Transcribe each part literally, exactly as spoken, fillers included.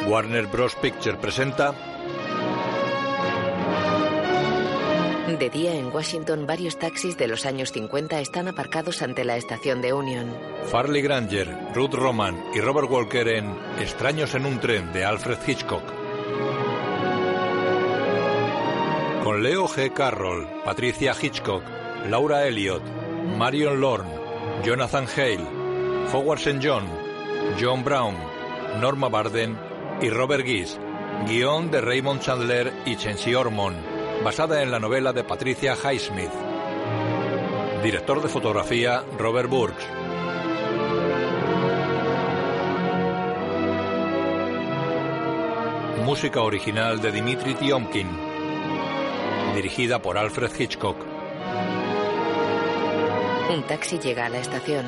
Warner Bros. Pictures presenta... De día en Washington, varios taxis de los años cincuenta están aparcados ante la estación de Union. Farley Granger, Ruth Roman y Robert Walker en Extraños en un tren, de Alfred Hitchcock. Con Leo G. Carroll, Patricia Hitchcock, Laura Elliott, Marion Lorne, Jonathan Hale, Howard Saint John, John Brown, Norma Barden y Robert Gies. Guión de Raymond Chandler y Chency Ormond, basada en la novela de Patricia Highsmith. Director de fotografía Robert Burks. Música original de Dimitri Tiomkin. Dirigida por Alfred Hitchcock. Un taxi llega a la estación.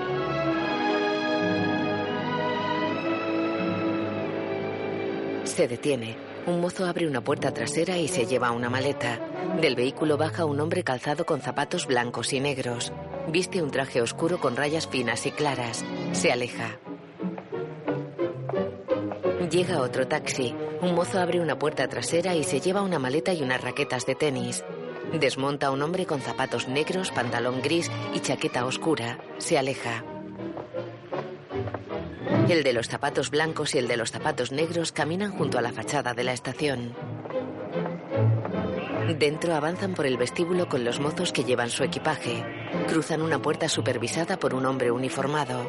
Se detiene. Un mozo abre una puerta trasera y se lleva una maleta. Del vehículo baja un hombre calzado con zapatos blancos y negros. Viste un traje oscuro con rayas finas y claras. Se aleja. Llega otro taxi. Un mozo abre una puerta trasera y se lleva una maleta y unas raquetas de tenis. Desmonta a un hombre con zapatos negros, pantalón gris y chaqueta oscura. Se aleja. El de los zapatos blancos y el de los zapatos negros caminan junto a la fachada de la estación. Dentro avanzan por el vestíbulo con los mozos que llevan su equipaje. Cruzan una puerta supervisada por un hombre uniformado.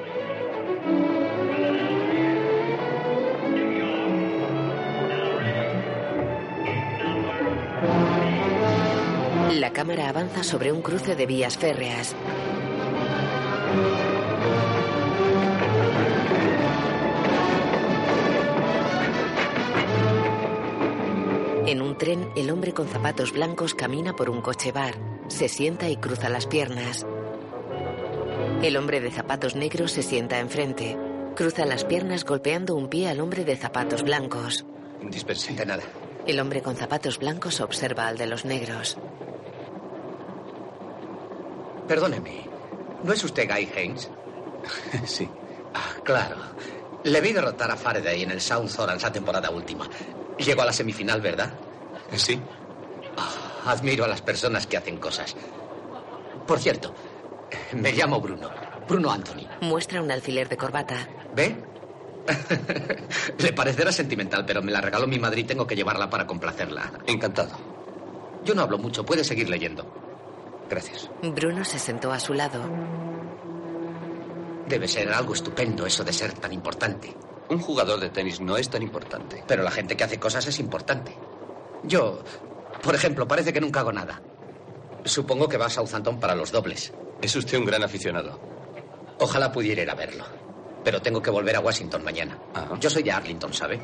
La cámara avanza sobre un cruce de vías férreas. En un tren, el hombre con zapatos blancos camina por un coche bar. Se sienta y cruza las piernas. El hombre de zapatos negros se sienta enfrente. Cruza las piernas golpeando un pie al hombre de zapatos blancos. Dispense. De nada. El hombre con zapatos blancos observa al de los negros. Perdóneme, ¿no es usted Guy Haynes? Sí. Ah, claro. Le vi derrotar a Faraday en el South Orange la temporada última. Llegó a la semifinal, ¿verdad? Sí. Oh, admiro a las personas que hacen cosas. Por cierto, me llamo Bruno. Bruno Anthony. Muestra un alfiler de corbata. ¿Ve? Le parecerá sentimental, pero me la regaló mi madre y tengo que llevarla para complacerla. Encantado. Yo no hablo mucho, puede seguir leyendo. Gracias. Bruno se sentó a su lado. Debe ser algo estupendo eso de ser tan importante. Un jugador de tenis no es tan importante. Pero la gente que hace cosas es importante. Yo, por ejemplo, parece que nunca hago nada. Supongo que va a Southampton para los dobles. Es usted un gran aficionado. Ojalá pudiera ir a verlo. Pero tengo que volver a Washington mañana. Ajá. Yo soy de Arlington, ¿sabe?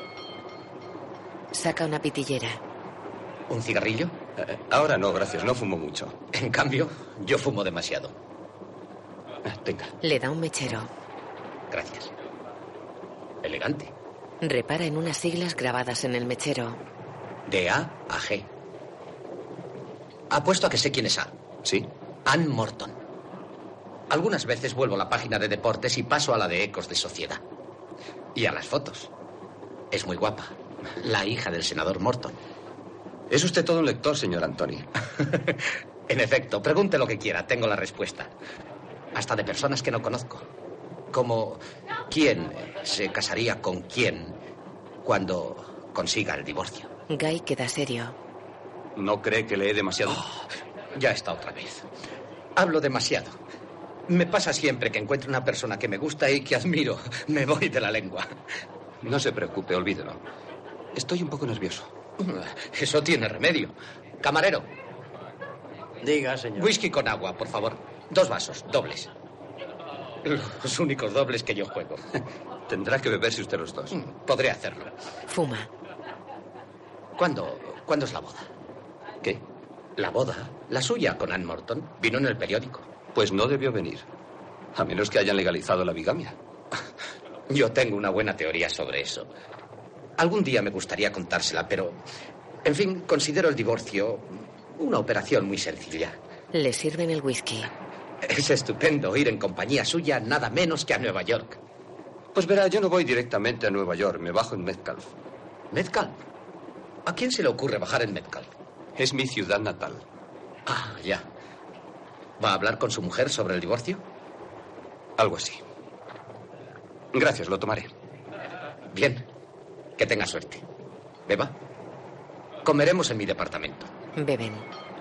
Saca una pitillera. ¿Un cigarrillo? Eh, ahora no, gracias. No fumo mucho. En cambio, yo fumo demasiado. Eh, tenga. Le da un mechero. Gracias. Elegante. Repara en unas siglas grabadas en el mechero. De A a G. Apuesto a que sé quién es A. ¿Sí? Ann Morton. Algunas veces vuelvo a la página de deportes y paso a la de ecos de sociedad. Y a las fotos. Es muy guapa. La hija del senador Morton. Es usted todo un lector, señor Anthony. En efecto, pregunte lo que quiera, tengo la respuesta. Hasta de personas que no conozco. Como quién se casaría con quién cuando consiga el divorcio. Guy queda serio. ¿No cree que lee demasiado? Oh, ya está otra vez. Hablo demasiado. Me pasa siempre que encuentro una persona que me gusta y que admiro. Me voy de la lengua. No se preocupe, olvídelo. Estoy un poco nervioso. Eso tiene remedio. Camarero. Diga, señor. Whisky con agua, por favor. Dos vasos, dobles. Los únicos dobles que yo juego. Tendrá que beberse usted los dos. Podré hacerlo. Fuma. ¿Cuándo, ¿Cuándo es la boda? ¿Qué? La boda, la suya con Ann Morton, vino en el periódico. Pues no debió venir. A menos que hayan legalizado la bigamia. Yo tengo una buena teoría sobre eso. Algún día me gustaría contársela, pero... En fin, considero el divorcio una operación muy sencilla. Le sirven el whisky. Es estupendo ir en compañía suya nada menos que a Nueva York. Pues verá, yo no voy directamente a Nueva York, me bajo en Metcalf. ¿Metcalf? ¿A quién se le ocurre bajar en Metcalf? Es mi ciudad natal. Ah, ya. ¿Va a hablar con su mujer sobre el divorcio? Algo así. Gracias, lo tomaré. Bien. Que tenga suerte. Beba. Comeremos en mi departamento. Beben.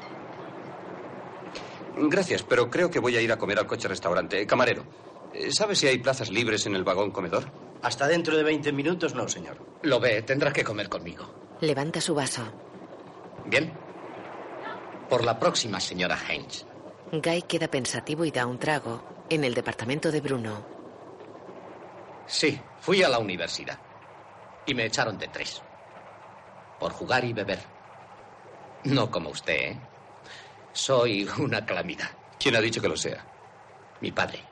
Gracias, pero creo que voy a ir a comer al coche-restaurante. Camarero, ¿sabe si hay plazas libres en el vagón comedor? Hasta dentro de veinte minutos no, señor. Lo ve, tendrá que comer conmigo. Levanta su vaso. Bien. Por la próxima, señora Haynes. Guy queda pensativo y da un trago. En el departamento de Bruno. Sí, fui a la universidad. Y me echaron de tres. Por jugar y beber. No como usted, ¿eh? Soy una calamidad. ¿Quién ha dicho que lo sea? Mi padre.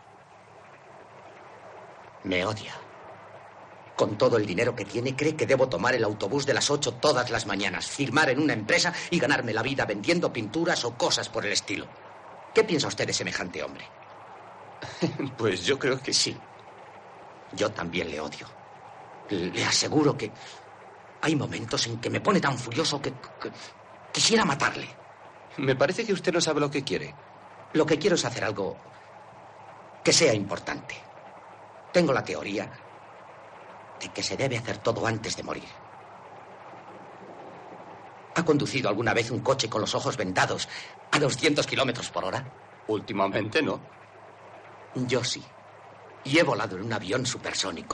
Me odia. Con todo el dinero que tiene, cree que debo tomar el autobús de las ocho todas las mañanas, firmar en una empresa y ganarme la vida vendiendo pinturas o cosas por el estilo. ¿Qué piensa usted de semejante hombre? Pues yo creo que sí. Yo también le odio. Le aseguro que hay momentos en que me pone tan furioso que, que quisiera matarle. Me parece que usted no sabe lo que quiere. Lo que quiero es hacer algo que sea importante. Tengo la teoría de que se debe hacer todo antes de morir. ¿Ha conducido alguna vez un coche con los ojos vendados a doscientos kilómetros por hora? Últimamente no. Yo sí. Y he volado en un avión supersónico.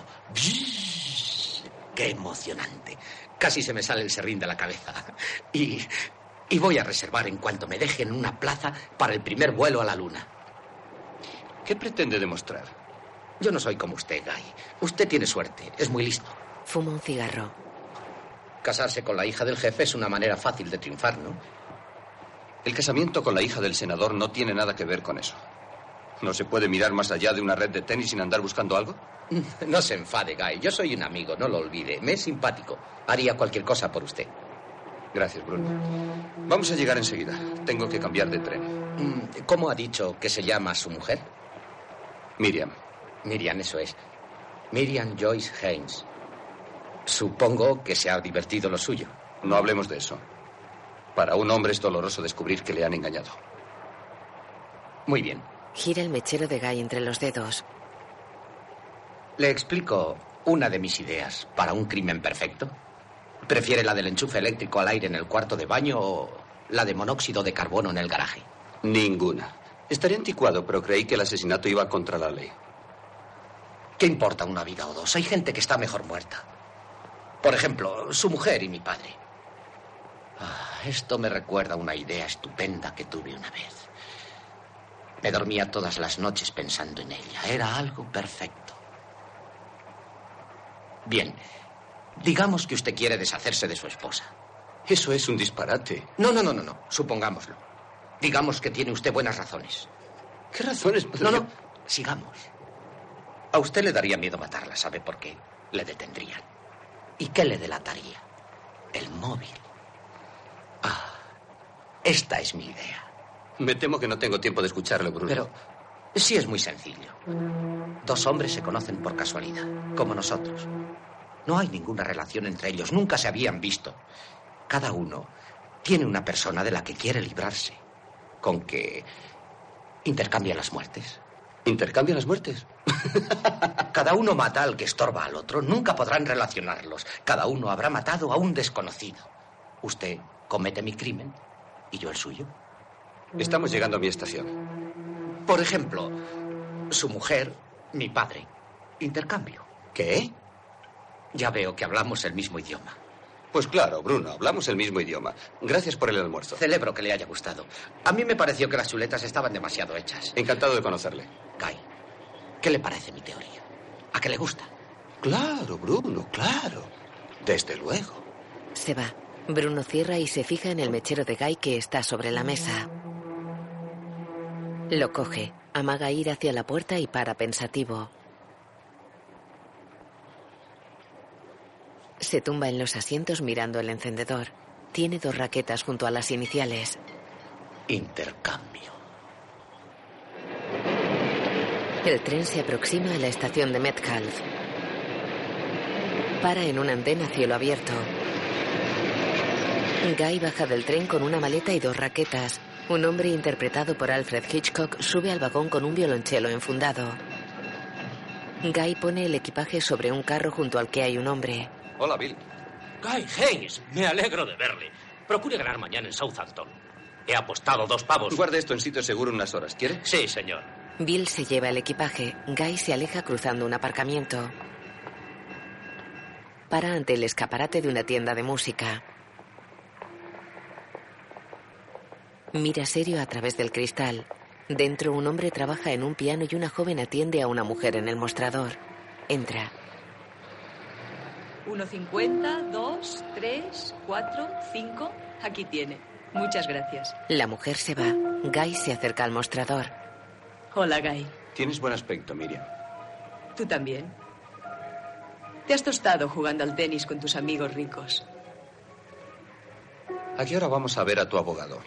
¡Qué emocionante! Casi se me sale el serrín de la cabeza. Y, y voy a reservar en cuanto me dejen una plaza para el primer vuelo a la luna. ¿Qué pretende demostrar? Yo no soy como usted, Guy. Usted tiene suerte. Es muy listo. Fuma un cigarro. Casarse con la hija del jefe es una manera fácil de triunfar, ¿no? El casamiento con la hija del senador no tiene nada que ver con eso. ¿No se puede mirar más allá de una red de tenis sin andar buscando algo? No se enfade, Guy. Yo soy un amigo, no lo olvide. Me es simpático. Haría cualquier cosa por usted. Gracias, Bruno. Vamos a llegar enseguida. Tengo que cambiar de tren. ¿Cómo ha dicho que se llama su mujer? Miriam. Miriam, eso es. Miriam Joyce Haynes. Supongo que se ha divertido lo suyo. No hablemos de eso. Para un hombre es doloroso descubrir que le han engañado. Muy bien. Gira el mechero de Guy entre los dedos. Le explico una de mis ideas para un crimen perfecto. ¿Prefiere la del enchufe eléctrico al aire en el cuarto de baño o la de monóxido de carbono en el garaje? Ninguna. Estaría anticuado, pero creí que el asesinato iba contra la ley. ¿Qué importa una vida o dos? Hay gente que está mejor muerta. Por ejemplo, su mujer y mi padre. Ah, esto me recuerda a una idea estupenda que tuve una vez. Me dormía todas las noches pensando en ella. Era algo perfecto. Bien, digamos que usted quiere deshacerse de su esposa. Eso es un disparate. No, no, no, no, no. Supongámoslo. Digamos que tiene usted buenas razones. ¿Qué razones? No, no. Sigamos. A usted le daría miedo matarla, ¿sabe por qué? Le detendrían. ¿Y qué le delataría? El móvil. Ah, esta es mi idea. Me temo que no tengo tiempo de escucharlo, Bruno. Pero sí es muy sencillo. Dos hombres se conocen por casualidad, como nosotros. No hay ninguna relación entre ellos, nunca se habían visto. Cada uno tiene una persona de la que quiere librarse. Con que intercambia las muertes. ¿Intercambia las muertes? Cada uno mata al que estorba al otro. Nunca podrán relacionarlos. Cada uno habrá matado a un desconocido. Usted comete mi crimen y yo el suyo. Estamos llegando a mi estación. Por ejemplo, su mujer, mi padre. Intercambio. ¿Qué? Ya veo que hablamos el mismo idioma. Pues claro, Bruno, hablamos el mismo idioma. Gracias por el almuerzo. Celebro que le haya gustado. A mí me pareció que las chuletas estaban demasiado hechas. Encantado de conocerle. Guy, ¿qué le parece mi teoría? ¿A qué le gusta? Claro, Bruno, claro. Desde luego. Se va. Bruno cierra y se fija en el mechero de Guy que está sobre la mesa. Lo coge, amaga ir hacia la puerta y para pensativo. Se tumba en los asientos mirando el encendedor. Tiene dos raquetas junto a las iniciales. Intercambio. El tren se aproxima a la estación de Metcalf. Para en un andén a cielo abierto. Guy baja del tren con una maleta y dos raquetas. Un hombre interpretado por Alfred Hitchcock sube al vagón con un violonchelo enfundado. Guy pone el equipaje sobre un carro junto al que hay un hombre. Hola, Bill. Guy Hayes, me alegro de verle. Procure ganar mañana en Southampton. He apostado dos pavos. Guarde esto en sitio seguro unas horas, ¿quiere? Sí, señor. Bill se lleva el equipaje. Guy se aleja cruzando un aparcamiento. Para ante el escaparate de una tienda de música. Mira serio a través del cristal. Dentro, un hombre trabaja en un piano y una joven atiende a una mujer en el mostrador. Entra. uno cincuenta, dos, tres, cuatro, cinco. Aquí tiene. Muchas gracias. La mujer se va. Guy se acerca al mostrador. Hola, Guy. Tienes buen aspecto, Miriam. Tú también. Te has tostado jugando al tenis con tus amigos ricos. ¿A qué hora vamos a ver a tu abogado?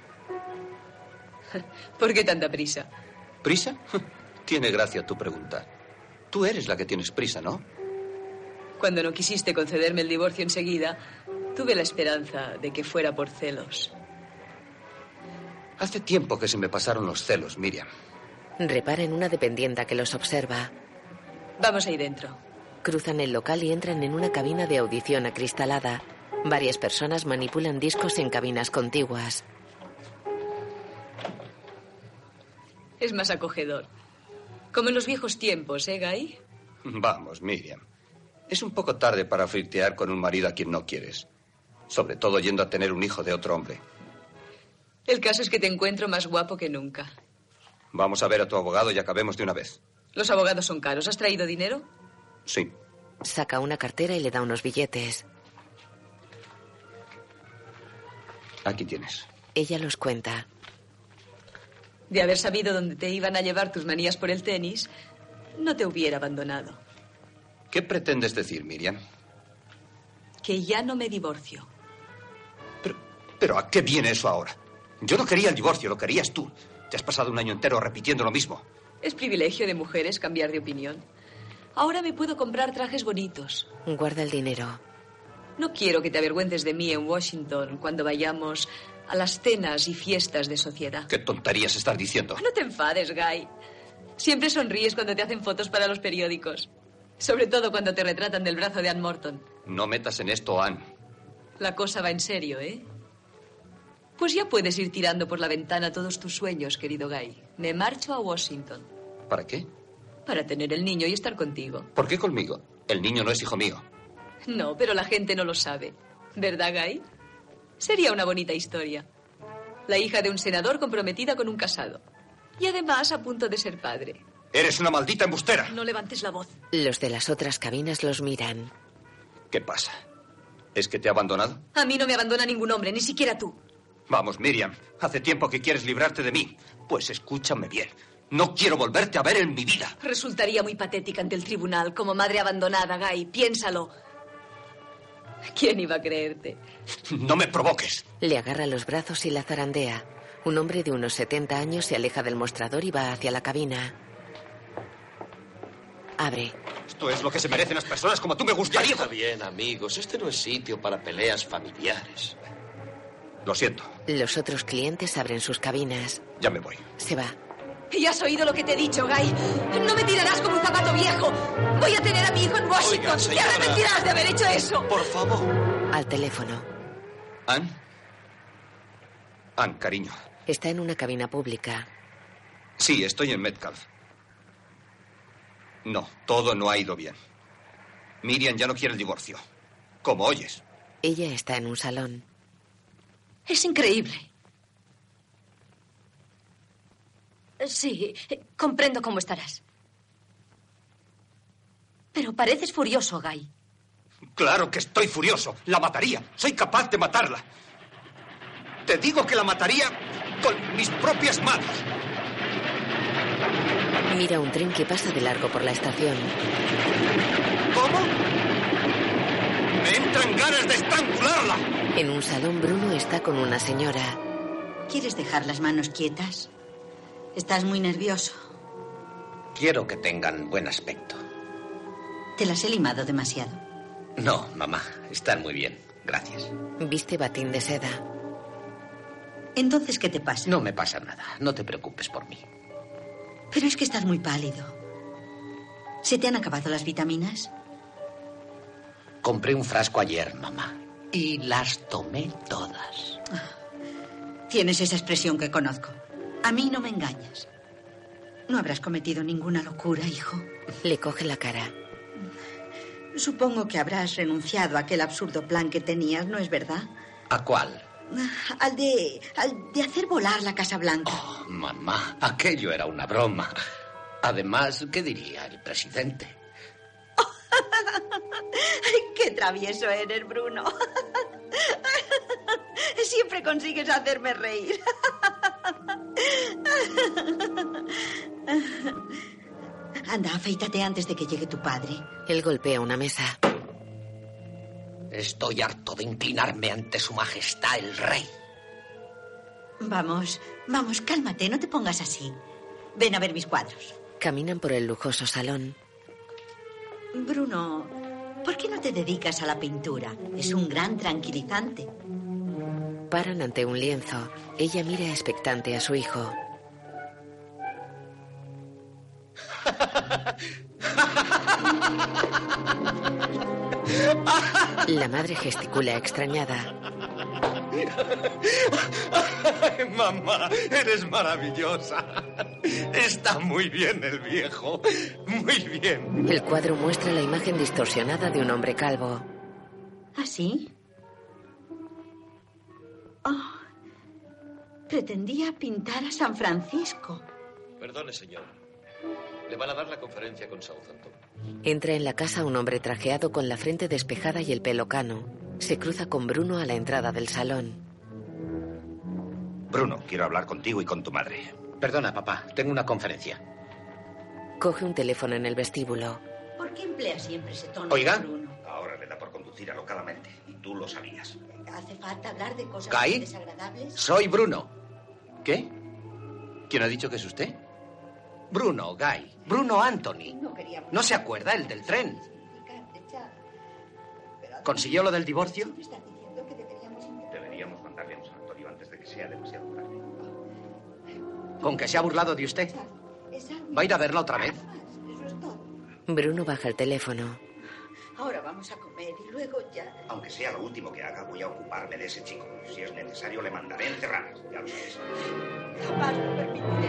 ¿Por qué tanta prisa? ¿Prisa? Tiene gracia tu pregunta. Tú eres la que tienes prisa, ¿no? Cuando no quisiste concederme el divorcio enseguida, tuve la esperanza de que fuera por celos. Hace tiempo que se me pasaron los celos, Miriam. Repara en una dependienta que los observa. Vamos ahí dentro. Cruzan el local y entran en una cabina de audición acristalada. Varias personas manipulan discos en cabinas contiguas. Es más acogedor. Como en los viejos tiempos, ¿eh, Guy? Vamos, Miriam. Es un poco tarde para flirtear con un marido a quien no quieres. Sobre todo yendo a tener un hijo de otro hombre. El caso es que te encuentro más guapo que nunca. Vamos a ver a tu abogado y acabemos de una vez. Los abogados son caros. ¿Has traído dinero? Sí. Saca una cartera y le da unos billetes. Aquí tienes. Ella los cuenta. De haber sabido dónde te iban a llevar tus manías por el tenis, no te hubiera abandonado. ¿Qué pretendes decir, Miriam? Que ya no me divorcio. Pero, pero ¿a qué viene eso ahora? Yo no quería el divorcio, lo querías tú. Te has pasado un año entero repitiendo lo mismo. Es privilegio de mujeres cambiar de opinión. Ahora me puedo comprar trajes bonitos. Guarda el dinero. No quiero que te avergüences de mí en Washington cuando vayamos a las cenas y fiestas de sociedad. ¿Qué tonterías estás diciendo? No te enfades, Guy. Siempre sonríes cuando te hacen fotos para los periódicos. Sobre todo cuando te retratan del brazo de Ann Morton. No metas en esto, Ann. La cosa va en serio, ¿eh? Pues ya puedes ir tirando por la ventana todos tus sueños, querido Guy. Me marcho a Washington. ¿Para qué? Para tener el niño y estar contigo. ¿Por qué conmigo? El niño no es hijo mío. No, pero la gente no lo sabe. ¿Verdad, Guy? Sería una bonita historia. La hija de un senador comprometida con un casado. Y además a punto de ser padre. ¡Eres una maldita embustera! No levantes la voz. Los de las otras cabinas los miran. ¿Qué pasa? ¿Es que te ha abandonado? A mí no me abandona ningún hombre, ni siquiera tú. Vamos, Miriam. Hace tiempo que quieres librarte de mí. Pues escúchame bien. No quiero volverte a ver en mi vida. Resultaría muy patética ante el tribunal como madre abandonada, Guy. Piénsalo. ¿Quién iba a creerte? No me provoques. Le agarra los brazos y la zarandea. Un hombre de unos setenta años se aleja del mostrador y va hacia la cabina. Abre. Esto es lo que se merecen las personas como tú me gustaría. Ya está bien, amigos. Este no es sitio para peleas familiares. Lo siento. Los otros clientes abren sus cabinas. Ya me voy. Se va. ¿Y has oído lo que te he dicho, Guy? No me tirarás como un zapato viejo. Voy a tener a mi hijo en Washington. Oiga, señora. ¡Te arrepentirás de haber hecho eso! Por favor. Al teléfono. ¿Ann? Ann, cariño. Está en una cabina pública. Sí, estoy en Metcalf. No, todo no ha ido bien. Miriam ya no quiere el divorcio. Como oyes. Ella está en un salón. Es increíble. Sí, comprendo cómo estarás. Pero pareces furioso, Guy. Claro que estoy furioso. La mataría. Soy capaz de matarla. Te digo que la mataría con mis propias manos. Mira un tren que pasa de largo por la estación. ¿Cómo? Me entran ganas de estrangularla. En un salón, Bruno está con una señora. ¿Quieres dejar las manos quietas? Estás muy nervioso. Quiero que tengan buen aspecto. Te las he limado demasiado. No, mamá, están muy bien. Gracias. Viste batín de seda. Entonces, ¿qué te pasa? No me pasa nada. No te preocupes por mí. Pero es que estás muy pálido. ¿Se te han acabado las vitaminas? Compré un frasco ayer, mamá. Y las tomé todas. Tienes esa expresión que conozco. A mí no me engañas. No habrás cometido ninguna locura, hijo. Le coge la cara. Supongo que habrás renunciado a aquel absurdo plan que tenías, ¿no es verdad? ¿A cuál? Al de, al de hacer volar la Casa Blanca. Oh, mamá, aquello era una broma. Además, ¿qué diría el presidente? Ay, qué travieso eres, Bruno. Siempre consigues hacerme reír. Anda, afeítate antes de que llegue tu padre. Él golpea una mesa. Estoy harto de inclinarme ante su majestad el rey. Vamos, vamos, cálmate, no te pongas así. Ven a ver mis cuadros. Caminan por el lujoso salón. Bruno, ¿por qué no te dedicas a la pintura? Es un gran tranquilizante. Paran ante un lienzo. Ella mira expectante a su hijo. La madre gesticula extrañada. Ay, mamá, eres maravillosa. Está muy bien el viejo. Muy bien. El cuadro muestra la imagen distorsionada de un hombre calvo. ¿Ah, sí? Oh, pretendía pintar a San Francisco. Perdone, señor. Le van a dar la conferencia con Southampton. Entra en la casa un hombre trajeado con la frente despejada y el pelo cano. Se cruza con Bruno a la entrada del salón. Bruno, quiero hablar contigo y con tu madre. Perdona, papá, tengo una conferencia. Coge un teléfono en el vestíbulo. ¿Por qué emplea siempre ese tono, Oiga. Bruno? Ahora le da por conducir alocadamente y tú lo sabías. ¿Hace falta hablar de cosas ¿Guy? desagradables? Soy Bruno. ¿Qué? ¿Quién ha dicho que es usted? Bruno, Guy. Bruno Anthony. No queríamos... ¿No se acuerda el del tren? ¿Consiguió lo del divorcio? Deberíamos mandarle a un sanatorio antes de que sea demasiado tarde. ¿Con que se ha burlado de usted? ¿Va a ir a verla otra vez? Eso es todo. Bruno baja el teléfono. Ahora vamos a comer y luego ya... Aunque sea lo último que haga, voy a ocuparme de ese chico. Si es necesario, le mandaré encerrar. Ya lo sabes. Jamás lo permitiré.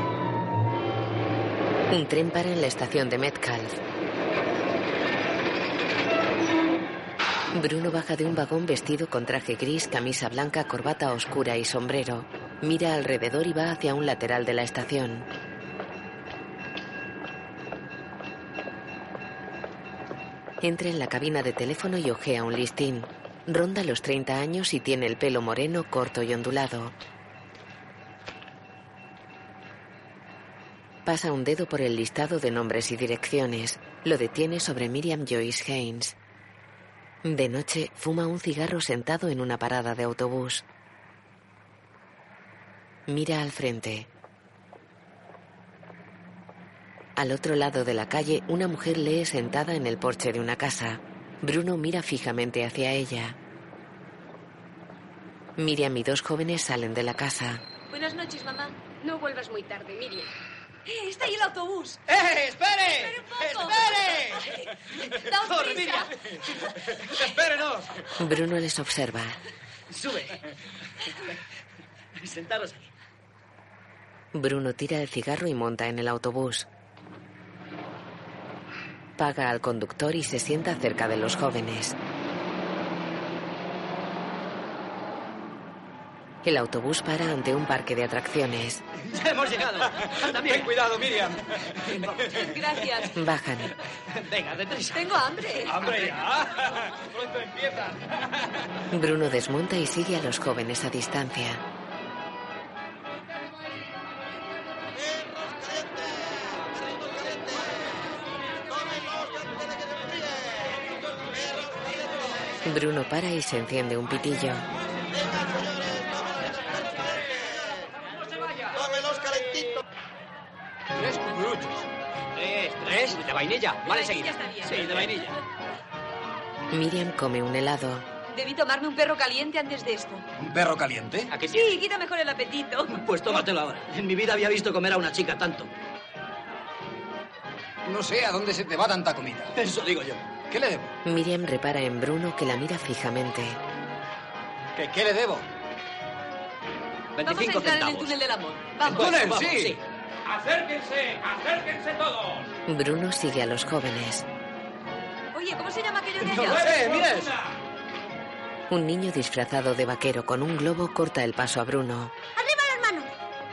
Un tren para en la estación de Metcalf. Bruno baja de un vagón vestido con traje gris, camisa blanca, corbata oscura y sombrero. Mira alrededor y va hacia un lateral de la estación. Entra en la cabina de teléfono y ojea un listín. Ronda los treinta años y tiene el pelo moreno, corto y ondulado. Pasa un dedo por el listado de nombres y direcciones. Lo detiene sobre Miriam Joyce Haynes. De noche, fuma un cigarro sentado en una parada de autobús. Mira al frente. Al otro lado de la calle, una mujer lee sentada en el porche de una casa. Bruno mira fijamente hacia ella. Miriam y dos jóvenes salen de la casa. Buenas noches, mamá. No vuelvas muy tarde, Miriam. ¡Eh, está ahí el autobús! ¡Eh, espere! ¡Espere un poco! ¡Espere! ¡Daos ¡Corre, prisa! Miriam! ¡Espérenos! Bruno les observa. Sube. Sentaros aquí. Bruno tira el cigarro y monta en el autobús. Paga al conductor y se sienta cerca de los jóvenes. El autobús para ante un parque de atracciones. ¡Ya hemos llegado! Ten cuidado, Miriam. Gracias. Bajan. Venga, deprisa. Tengo hambre. ¡Hambre ya! ¡Pronto empieza! Bruno desmonta y sigue a los jóvenes a distancia. Bruno para y se enciende un pitillo. Tres cucuruchos. Tres, tres. ¿De vainilla? Vale, enseguida. Sí, de vainilla. Miriam come un helado. Debí tomarme un perro caliente antes de esto. ¿Un perro caliente? ¿A que sí? Sí, quita mejor el apetito. Pues tómatelo ahora. En mi vida había visto comer a una chica tanto. No sé a dónde se te va tanta comida. Eso digo yo. ¿Qué le debo? Miriam repara en Bruno, que la mira fijamente. ¿Qué, qué le debo? veinticinco Vamos a entrar centavos. En el túnel del amor. Vamos. ¿El túnel? Vamos, Sí. sí. ¡Acérquense! ¡Acérquense todos! Bruno sigue a los jóvenes. Oye, ¿cómo se llama aquello de allá? No lo sé, mira eso. Un niño disfrazado de vaquero con un globo corta el paso a Bruno. ¡Arriba las manos!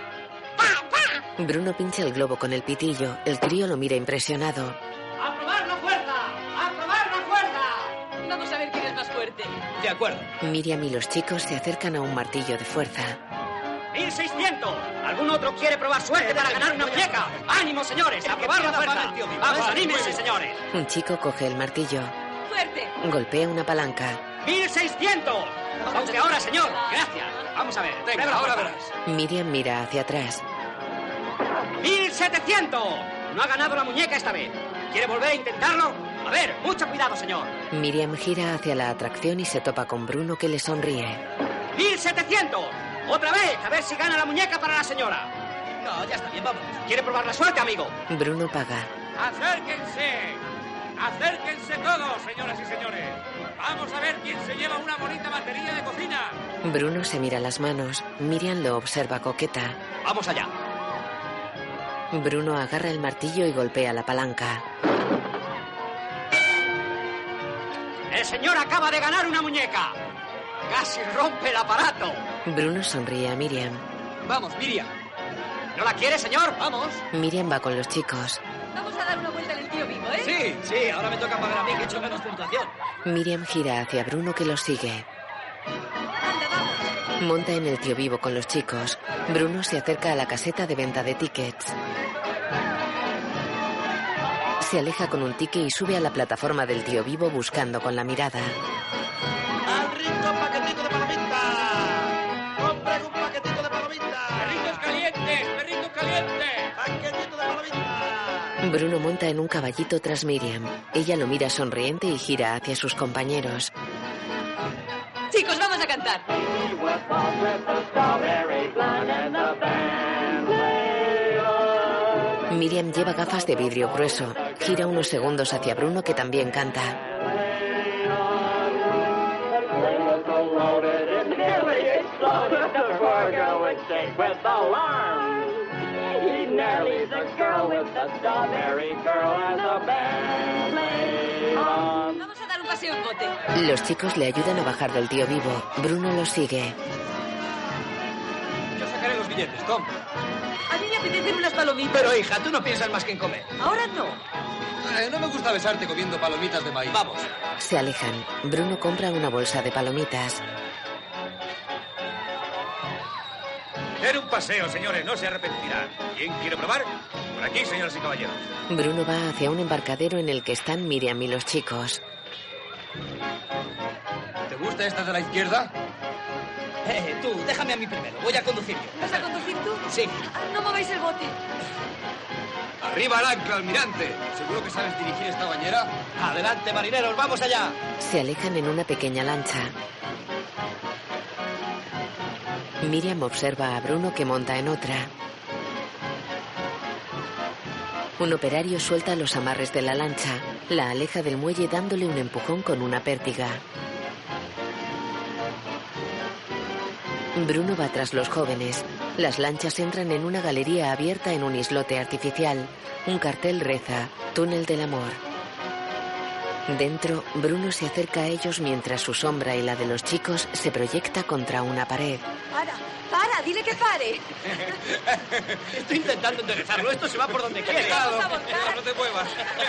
Bruno pincha el globo con el pitillo. El crío lo mira impresionado. ¡A probar la fuerza! ¡A probar la fuerza! Vamos a ver quién es más fuerte. De acuerdo. Miriam y los chicos se acercan a un martillo de fuerza. ¡mil seiscientos! ¿Algún otro quiere probar suerte para ganar una muñeca? ¡Ánimo, señores! ¡A probar la fuerza! ¡Vamos, anímense, señores! Un chico coge el martillo. ¡Fuerte! Golpea una palanca. ¡mil seiscientos! ¡Va usted ahora, señor! ¡Gracias! Vamos a ver. Venga, ahora verás. Miriam mira hacia atrás. ¡mil setecientos! No ha ganado la muñeca esta vez. ¿Quiere volver a intentarlo? A ver, mucho cuidado, señor. Miriam gira hacia la atracción y se topa con Bruno, que le sonríe. ¡mil setecientos! ¡Otra vez! A ver si gana la muñeca para la señora. No, ya está bien, vamos. ¿Quiere probar la suerte, amigo? Bruno paga. ¡Acérquense! ¡Acérquense todos, señoras y señores! ¡Vamos a ver quién se lleva una bonita batería de cocina! Bruno se mira las manos. Miriam lo observa coqueta. Vamos allá. Bruno agarra el martillo y golpea la palanca. El señor acaba de ganar una muñeca. Casi rompe el aparato. Bruno sonríe a Miriam. Vamos, Miriam. ¿No la quiere, señor? Vamos. Miriam va con los chicos. Vamos a dar una vuelta en el tío vivo, ¿eh? Sí, sí, ahora me toca pagar a mí, que he hecho menos puntuación. Miriam gira hacia Bruno, que los sigue. Anda, vamos. Monta en el tío vivo con los chicos. Bruno se acerca a la caseta de venta de tickets. Se aleja con un ticket y sube a la plataforma del tío vivo buscando con la mirada. ¡Al rico paquetito de palomitas! ¡Compren un paquetito de palomitas! ¡Perritos calientes! ¡Perritos calientes! ¡Paquetito de palomitas! Bruno monta en un caballito tras Miriam. Ella lo mira sonriente y gira hacia sus compañeros. Chicos, vamos a cantar. Miriam lleva gafas de vidrio grueso. Gira unos segundos hacia Bruno, que también canta. Vamos a dar un paseo en bote. Los chicos le ayudan a bajar del tío vivo. Bruno los sigue. Yo sacaré los billetes, compra. A mí me apetecen unas palomitas. Pero, hija, tú no piensas más que en comer. Ahora no. Eh, no me gusta besarte comiendo palomitas de maíz. Vamos. Se alejan. Bruno compra una bolsa de palomitas. Den un paseo, señores, no se arrepentirán. ¿Quién quiere probar? Por aquí, señoras y caballeros. Bruno va hacia un embarcadero en el que están Miriam y los chicos. ¿Te gusta esta de la izquierda? Eh, tú, déjame a mí primero. Voy a conducir yo. ¿Vas a conducir tú? Sí. Ah, no mováis el bote. ¡Arriba el ancla, almirante! ¿Seguro que sabes dirigir esta bañera? Adelante, marineros, vamos allá. Se alejan en una pequeña lancha. Miriam observa a Bruno, que monta en otra. Un operario suelta los amarres de la lancha. La aleja del muelle dándole un empujón con una pértiga. Bruno va tras los jóvenes. Las lanchas entran en una galería abierta en un islote artificial. Un cartel reza: Túnel del amor. Dentro, Bruno se acerca a ellos mientras su sombra y la de los chicos se proyecta contra una pared. Para, para, dile que pare. Estoy intentando enderezarlo. Esto se va por donde quiere. Vamos a volcar. No te muevas.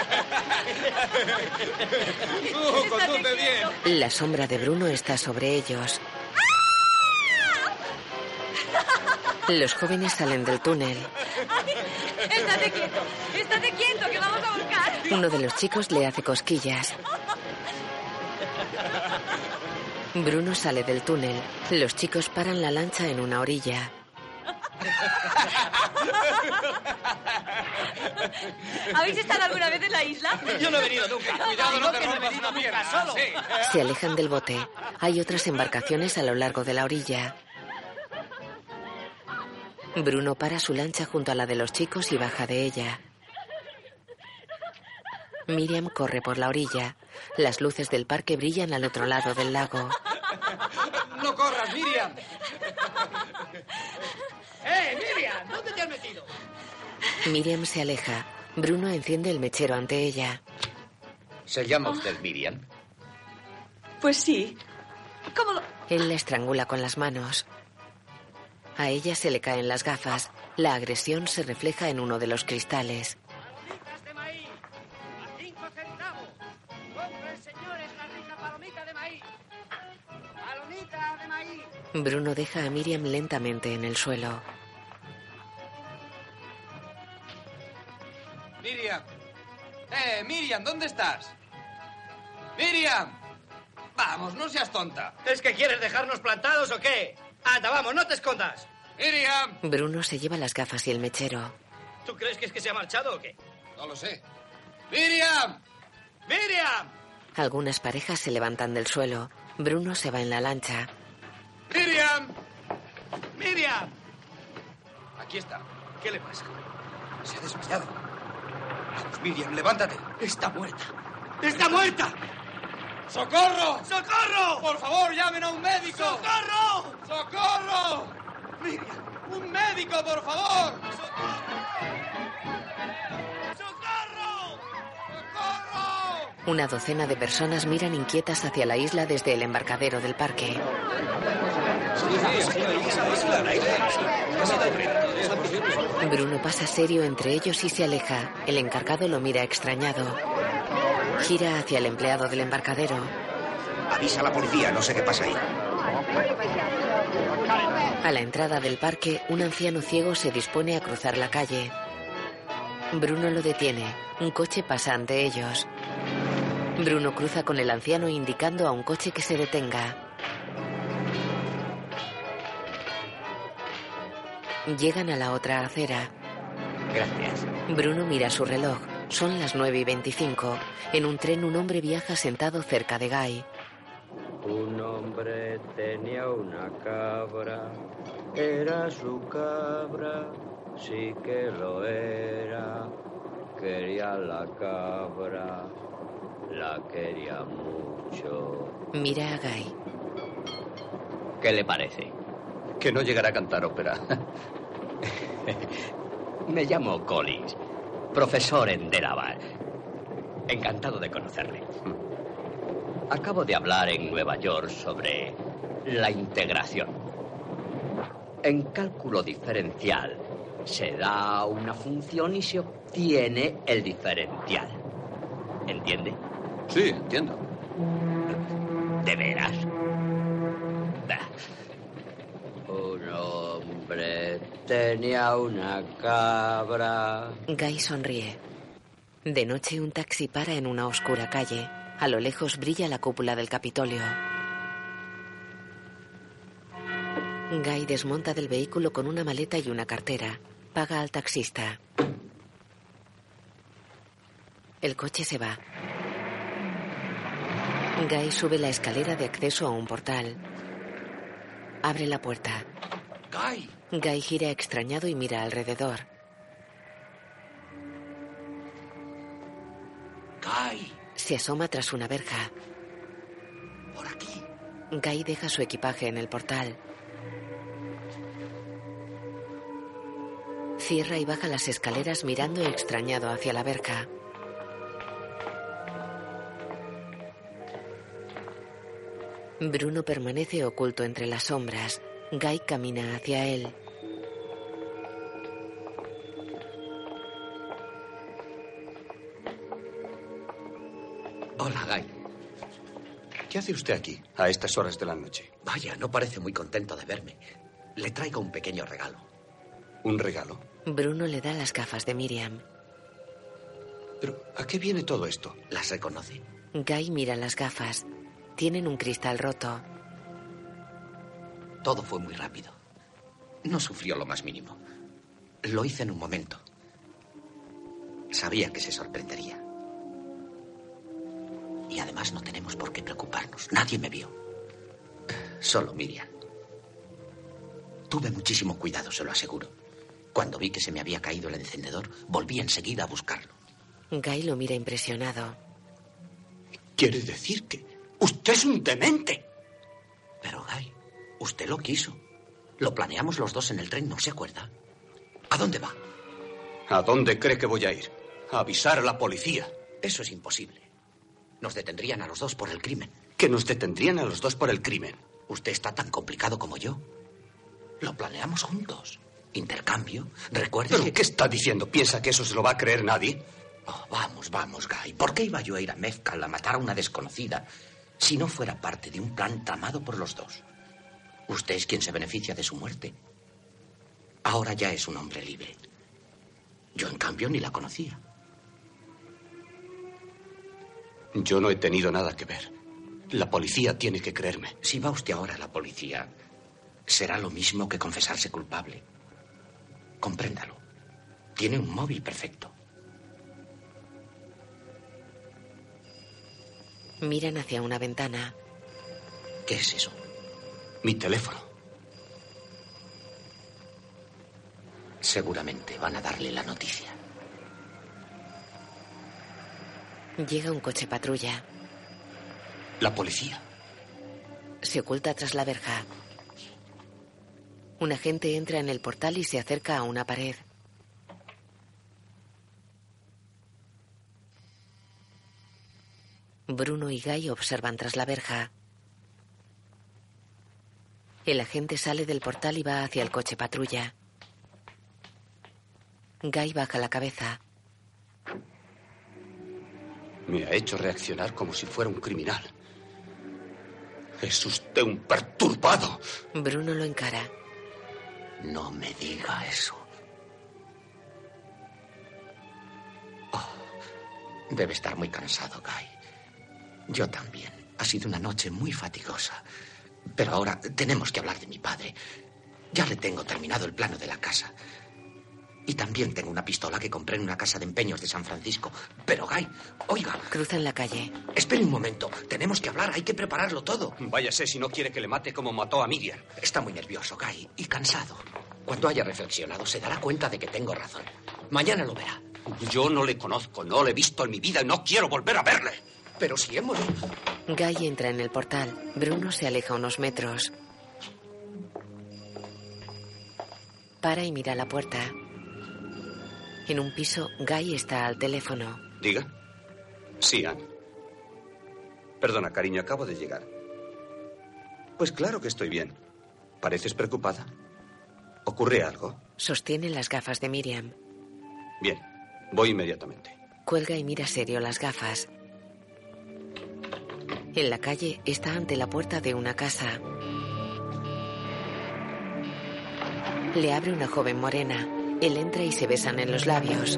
Tú, conduce bien. La sombra de Bruno está sobre ellos. Los jóvenes salen del túnel. Ay, estate quieto, estate quieto, que vamos a volcar. Uno de los chicos le hace cosquillas. Bruno sale del túnel. Los chicos paran la lancha en una orilla. ¿Habéis estado alguna vez en la isla? Yo no he venido nunca. Cuidado, no te rompas una pierna. Solo. Sí. Se alejan del bote. Hay otras embarcaciones a lo largo de la orilla. Bruno para su lancha junto a la de los chicos y baja de ella. Miriam corre por la orilla. Las luces del parque brillan al otro lado del lago. ¡No corras, Miriam! ¡Eh, Miriam! ¿Dónde te has metido? Miriam se aleja. Bruno enciende el mechero ante ella. ¿Se llama usted Miriam? Pues sí. ¿Cómo lo...? Él la estrangula con las manos. A ella se le caen las gafas. La agresión se refleja en uno de los cristales. Palomitas de maíz. A cinco centavos. Compren, señores, la rica palomita de maíz. Palomita de maíz. Bruno deja a Miriam lentamente en el suelo. Miriam. Eh, Miriam, ¿dónde estás? Miriam. Vamos, no seas tonta. ¿Es que quieres dejarnos plantados o qué? Anda, vamos, no te escondas. Miriam. Bruno se lleva las gafas y el mechero. ¿Tú crees que es que se ha marchado o qué? No lo sé. ¡Miriam! ¡Miriam! Algunas parejas se levantan del suelo. Bruno se va en la lancha. ¡Miriam! ¡Miriam! Aquí está. ¿Qué le pasa? Se ha desmayado. Vamos, Miriam, levántate. Está muerta. ¡Está muerta! ¡Socorro! ¡Socorro! ¡Por favor, llamen a un médico! ¡Socorro! ¡Socorro! ¡Miriam! ¡Un médico, por favor! ¡Socorro! ¡Socorro! Una docena de personas miran inquietas hacia la isla desde el embarcadero del parque. Bruno pasa serio entre ellos y se aleja. El encargado lo mira extrañado. Gira hacia el empleado del embarcadero. Avisa a la policía, no sé qué pasa ahí. A la entrada del parque, un anciano ciego se dispone a cruzar la calle. Bruno lo detiene. Un coche pasa ante ellos. Bruno cruza con el anciano indicando a un coche que se detenga. Llegan a la otra acera. Gracias. Bruno mira su reloj. Son las nueve y veinticinco. En un tren un hombre viaja sentado cerca de Guy. Un hombre tenía una cabra, era su cabra, sí que lo era. Quería la cabra, la quería mucho. Mira a Guy. ¿Qué le parece? Que no llegará a cantar ópera. Me llamo Collins, profesor en Delaware. Encantado de conocerle. Acabo de hablar en Nueva York sobre la integración. En cálculo diferencial se da una función y se obtiene el diferencial. ¿Entiende? Sí, entiendo. ¿De veras? Un hombre tenía una cabra. Guy sonríe. De noche un taxi para en una oscura calle. A lo lejos brilla la cúpula del Capitolio. Guy desmonta del vehículo con una maleta y una cartera. Paga al taxista. El coche se va. Guy sube la escalera de acceso a un portal. Abre la puerta. Guy. Guy gira extrañado y mira alrededor. Guy. Se asoma tras una verja. Por aquí. Guy deja su equipaje en el portal. Cierra y baja las escaleras mirando extrañado hacia la verja. Bruno permanece oculto entre las sombras. Guy camina hacia él. Hola, Guy. ¿Qué hace usted aquí, a estas horas de la noche? Vaya, no parece muy contento de verme. Le traigo un pequeño regalo. ¿Un regalo? Bruno le da las gafas de Miriam. ¿Pero a qué viene todo esto? ¿Las reconoce? Guy mira las gafas. Tienen un cristal roto. Todo fue muy rápido. No sufrió lo más mínimo. Lo hice en un momento. Sabía que se sorprendería. Y además no tenemos por qué preocuparnos. Nadie me vio. Solo Miriam. Tuve muchísimo cuidado, se lo aseguro. Cuando vi que se me había caído el encendedor, volví enseguida a buscarlo. Guy lo mira impresionado. ¿Quiere decir que usted es un demente? Pero, Guy, usted lo quiso. Lo planeamos los dos en el tren, ¿no se acuerda? ¿A dónde va? ¿A dónde cree que voy a ir? A avisar a la policía. Eso es imposible. Nos detendrían a los dos por el crimen. ¿Que nos detendrían a los dos por el crimen? Usted está tan complicado como yo. Lo planeamos juntos. Intercambio. Recuerde. ¿Pero qué está diciendo? ¿Piensa que eso se lo va a creer nadie? Oh, vamos, vamos, Guy. ¿Por qué iba yo a ir a Mezcal a matar a una desconocida si no fuera parte de un plan tramado por los dos? Usted es quien se beneficia de su muerte. Ahora ya es un hombre libre. Yo, en cambio, ni la conocía. Yo no he tenido nada que ver. La policía tiene que creerme. Si va usted ahora a la policía, será lo mismo que confesarse culpable. Compréndalo. Tiene un móvil perfecto. Miran hacia una ventana. ¿Qué es eso? Mi teléfono. Seguramente van a darle la noticia. Llega un coche patrulla. La policía. Se oculta tras la verja. Un agente entra en el portal y se acerca a una pared. Bruno y Guy observan tras la verja. El agente sale del portal y va hacia el coche patrulla. Guy baja la cabeza. Me ha hecho reaccionar como si fuera un criminal. Es usted un perturbado. Bruno lo encara. No me diga eso. Oh, debe estar muy cansado, Guy. Yo también. Ha sido una noche muy fatigosa. Pero ahora tenemos que hablar de mi padre. Ya le tengo terminado el plano de la casa. Y también tengo una pistola que compré en una casa de empeños de San Francisco. Pero, Guy, oiga. Cruzan la calle. Espere un momento. Tenemos que hablar. Hay que prepararlo todo. Váyase si no quiere que le mate como mató a Miriam. Está muy nervioso, Guy, y cansado. Cuando haya reflexionado, se dará cuenta de que tengo razón. Mañana lo verá. Yo no le conozco, no le he visto en mi vida y no quiero volver a verle. Pero si hemos... Guy entra en el portal. Bruno se aleja unos metros. Para y mira la puerta. En un piso, Guy está al teléfono. ¿Diga? Sí, Anne. Perdona, cariño, acabo de llegar. Pues claro que estoy bien. ¿Pareces preocupada? ¿Ocurre algo? Sostiene las gafas de Miriam. Bien, voy inmediatamente. Cuelga y mira serio las gafas. En la calle está ante la puerta de una casa. Le abre una joven morena. Él entra y se besan en los labios.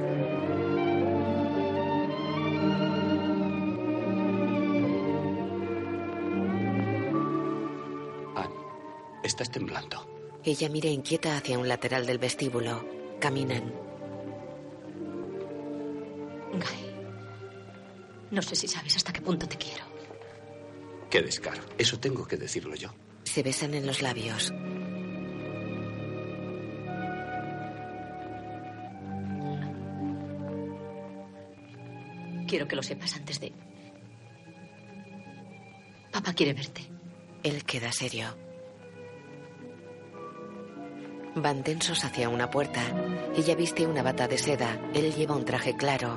Anne, estás temblando. Ella mira inquieta hacia un lateral del vestíbulo. Caminan. Guy, no sé si sabes hasta qué punto te quiero. Qué descaro. Eso tengo que decirlo yo. Se besan en los labios. Quiero que lo sepas antes de... Papá quiere verte. Él queda serio. Van tensos hacia una puerta. Ella viste una bata de seda. Él lleva un traje claro.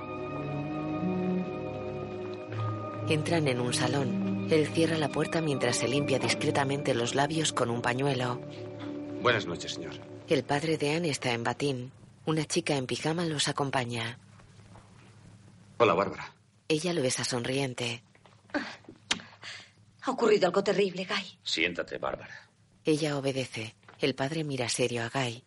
Entran en un salón. Él cierra la puerta mientras se limpia discretamente los labios con un pañuelo. Buenas noches, señor. El padre de Anne está en batín. Una chica en pijama los acompaña. Hola, Bárbara. Ella lo besa sonriente. Ha ocurrido algo terrible, Guy. Siéntate, Bárbara. Ella obedece. El padre mira serio a Guy.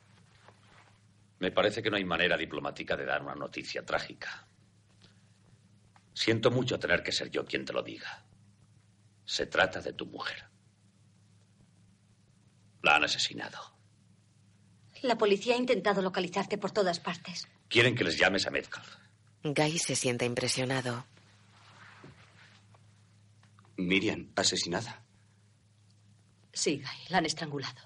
Me parece que no hay manera diplomática de dar una noticia trágica. Siento mucho tener que ser yo quien te lo diga. Se trata de tu mujer. La han asesinado. La policía ha intentado localizarte por todas partes. Quieren que les llames a Metcalf. Guy se sienta impresionado. Miriam, asesinada. Sí, Guy, la han estrangulado.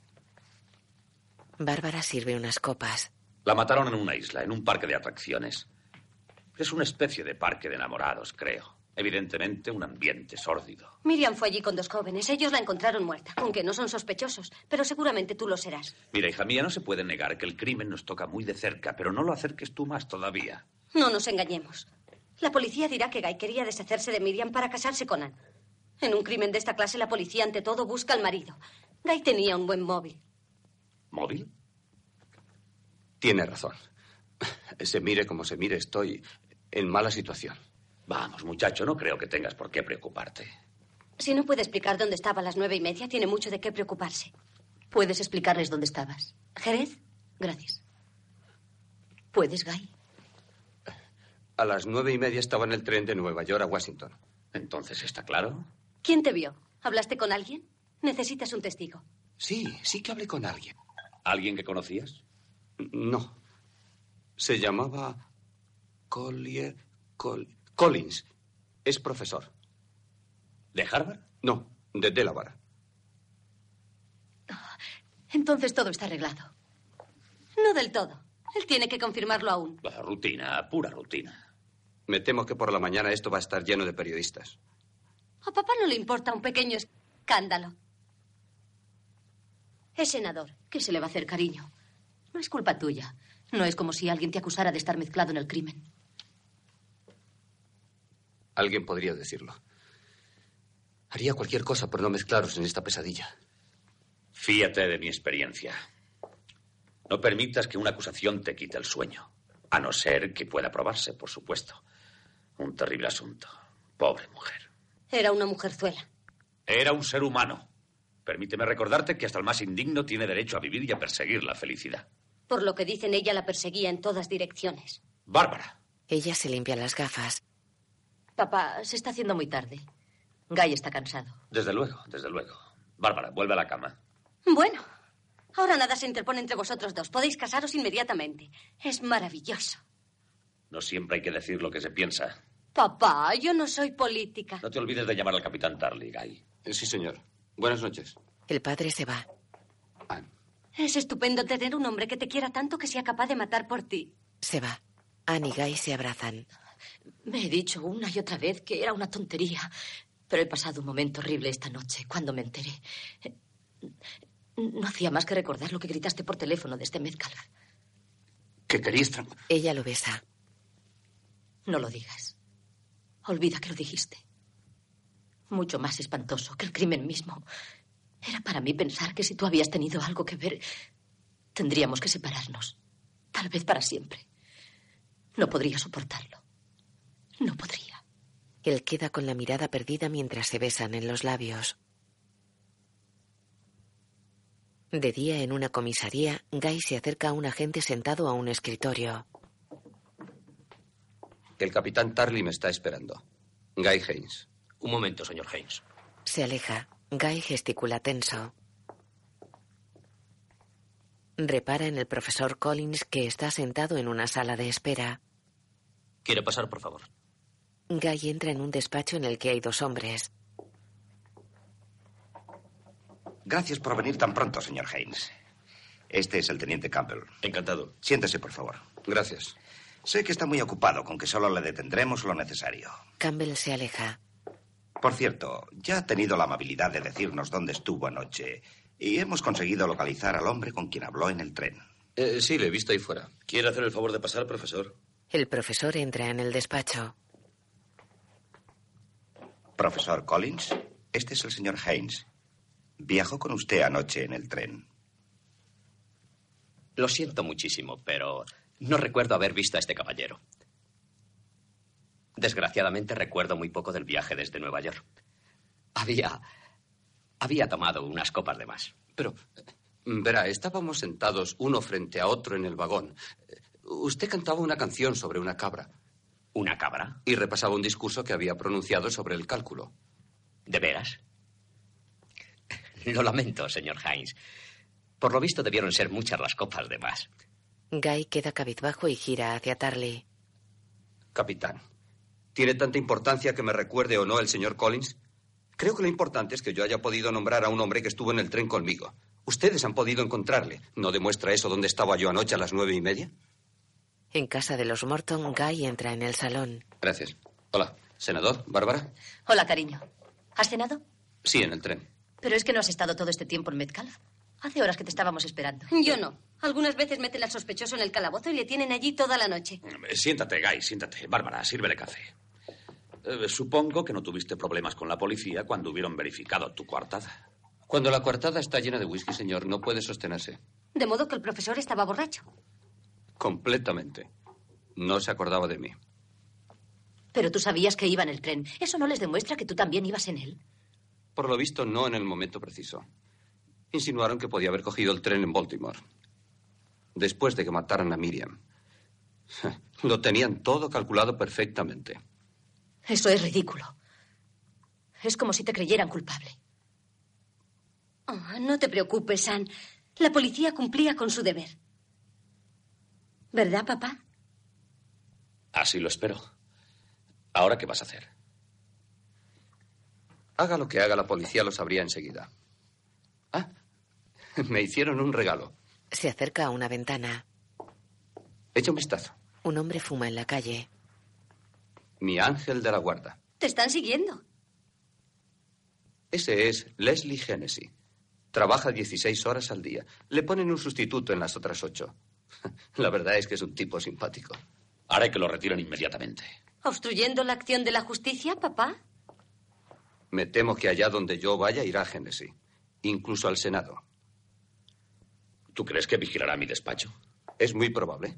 Bárbara sirve unas copas. La mataron en una isla, en un parque de atracciones. Es una especie de parque de enamorados, creo. Evidentemente un ambiente sórdido. Miriam fue allí con dos jóvenes. Ellos la encontraron muerta, aunque no son sospechosos. Pero seguramente tú lo serás. Mira, hija mía, no se puede negar que el crimen nos toca muy de cerca, pero no lo acerques tú más todavía. No nos engañemos. La policía dirá que Guy quería deshacerse de Miriam para casarse con Anne. En un crimen de esta clase, la policía ante todo busca al marido. Guy tenía un buen móvil. ¿Móvil? Tiene razón. Se mire como se mire, estoy en mala situación. Vamos, muchacho, no creo que tengas por qué preocuparte. Si no puede explicar dónde estaba a las nueve y media, tiene mucho de qué preocuparse. ¿Puedes explicarles dónde estabas? ¿Jerez? Gracias. ¿Puedes, Guy? A las nueve y media estaba en el tren de Nueva York a Washington. Entonces, ¿está claro? ¿Quién te vio? ¿Hablaste con alguien? Necesitas un testigo. Sí, sí que hablé con alguien. ¿Alguien que conocías? No. Se llamaba Collier... Col... Collins. Es profesor. ¿De Harvard? No, de Delaware. Entonces todo está arreglado. No del todo. Él tiene que confirmarlo aún. La rutina, pura rutina. Me temo que por la mañana esto va a estar lleno de periodistas. A papá no le importa un pequeño escándalo. Es senador. ¿Qué se le va a hacer, cariño? No es culpa tuya. No es como si alguien te acusara de estar mezclado en el crimen. Alguien podría decirlo. Haría cualquier cosa por no mezclaros en esta pesadilla. Fíate de mi experiencia. No permitas que una acusación te quite el sueño. A no ser que pueda probarse, por supuesto. Un terrible asunto. Pobre mujer. Era una mujerzuela. Era un ser humano. Permíteme recordarte que hasta el más indigno tiene derecho a vivir y a perseguir la felicidad. Por lo que dicen, ella la perseguía en todas direcciones. Bárbara. Ella se limpia las gafas. Papá, se está haciendo muy tarde. Guy está cansado. Desde luego, desde luego. Bárbara, vuelve a la cama. Bueno, ahora nada se interpone entre vosotros dos. Podéis casaros inmediatamente. Es maravilloso. No siempre hay que decir lo que se piensa. Papá, yo no soy política. No te olvides de llamar al capitán Tarly, Guy. Sí, señor. Buenas noches. El padre se va. Anne. Es estupendo tener un hombre que te quiera tanto que sea capaz de matar por ti. Se va. Anne y Guy se abrazan. Me he dicho una y otra vez que era una tontería, pero he pasado un momento horrible esta noche cuando me enteré. No hacía más que recordar lo que gritaste por teléfono desde Metcalf. ¿Qué querías? Ella lo besa. No lo digas. Olvida que lo dijiste. Mucho más espantoso que el crimen mismo. Era para mí pensar que si tú habías tenido algo que ver, tendríamos que separarnos. Tal vez para siempre. No podría soportarlo. No podría. Él queda con la mirada perdida mientras se besan en los labios. De día, en una comisaría, Guy se acerca a un agente sentado a un escritorio. El capitán Tarly me está esperando. Guy Haynes. Un momento, señor Haynes. Se aleja. Guy gesticula tenso. Repara en el profesor Collins, que está sentado en una sala de espera. ¿Quiere pasar, por favor? Guy entra en un despacho en el que hay dos hombres. Gracias por venir tan pronto, señor Haynes. Este es el teniente Campbell. Encantado. Siéntese, por favor. Gracias. Sé que está muy ocupado, con que solo le detendremos lo necesario. Campbell se aleja. Por cierto, ya ha tenido la amabilidad de decirnos dónde estuvo anoche y hemos conseguido localizar al hombre con quien habló en el tren. Eh, sí, le he visto ahí fuera. ¿Quiere hacer el favor de pasar, profesor? El profesor entra en el despacho. Profesor Collins, este es el señor Haynes. Viajó con usted anoche en el tren. Lo siento muchísimo, pero no recuerdo haber visto a este caballero. Desgraciadamente recuerdo muy poco del viaje desde Nueva York. Había... había tomado unas copas de más. Pero, verá, estábamos sentados uno frente a otro en el vagón. Usted cantaba una canción sobre una cabra. ¿Una cabra? Y repasaba un discurso que había pronunciado sobre el ¿De veras? Lo lamento, señor Haynes. Por lo visto debieron ser muchas las copas de más. Guy queda cabizbajo y gira hacia Tarly. Capitán, ¿tiene tanta importancia que me recuerde o no el señor Collins? Creo que lo importante es que yo haya podido nombrar a un hombre que estuvo en el tren conmigo. Ustedes han podido encontrarle. ¿No demuestra eso dónde estaba yo anoche a las nueve y media? En casa de los Morton, Guy entra en el salón. Gracias. Hola, senador, Bárbara. Hola, cariño. ¿Has cenado? Sí, en el tren. Pero es que no has estado todo este tiempo en Metcalf. Hace horas que te estábamos esperando. Yo no. Algunas veces meten al sospechoso en el calabozo y le tienen allí toda la noche. Siéntate, Guy, siéntate. Bárbara, sírvele café. Eh, supongo que no tuviste problemas con la policía cuando hubieron verificado tu coartada. Cuando la coartada está llena de whisky, señor, no puede sostenerse. De modo que el profesor estaba borracho. Completamente. No se acordaba de mí. Pero tú sabías que iba en el tren. ¿Eso no les demuestra que tú también ibas en él? Por lo visto, no en el momento preciso. Insinuaron que podía haber cogido el tren en Baltimore. Después de que mataran a Miriam. Lo tenían todo calculado perfectamente. Eso es ridículo. Es como si te creyeran culpable. Oh, no te preocupes, Anne. La policía cumplía con su deber. ¿Verdad, papá? Así lo espero. ¿Ahora qué vas a hacer? Haga lo que haga, la policía lo sabría enseguida. Ah, me hicieron un regalo. Se acerca a una ventana. Echa un vistazo. Un hombre fuma en la calle. Mi ángel de la guarda. Te están siguiendo. Ese es Leslie Hennessy. Trabaja dieciséis horas al día. Le ponen un sustituto en las otras ocho. La verdad es que es un tipo simpático. Haré que lo retiren inmediatamente. ¿Obstruyendo la acción de la justicia, papá? Me temo que allá donde yo vaya irá Hennessy. Incluso al Senado. ¿Tú crees que vigilará mi despacho? Es muy probable.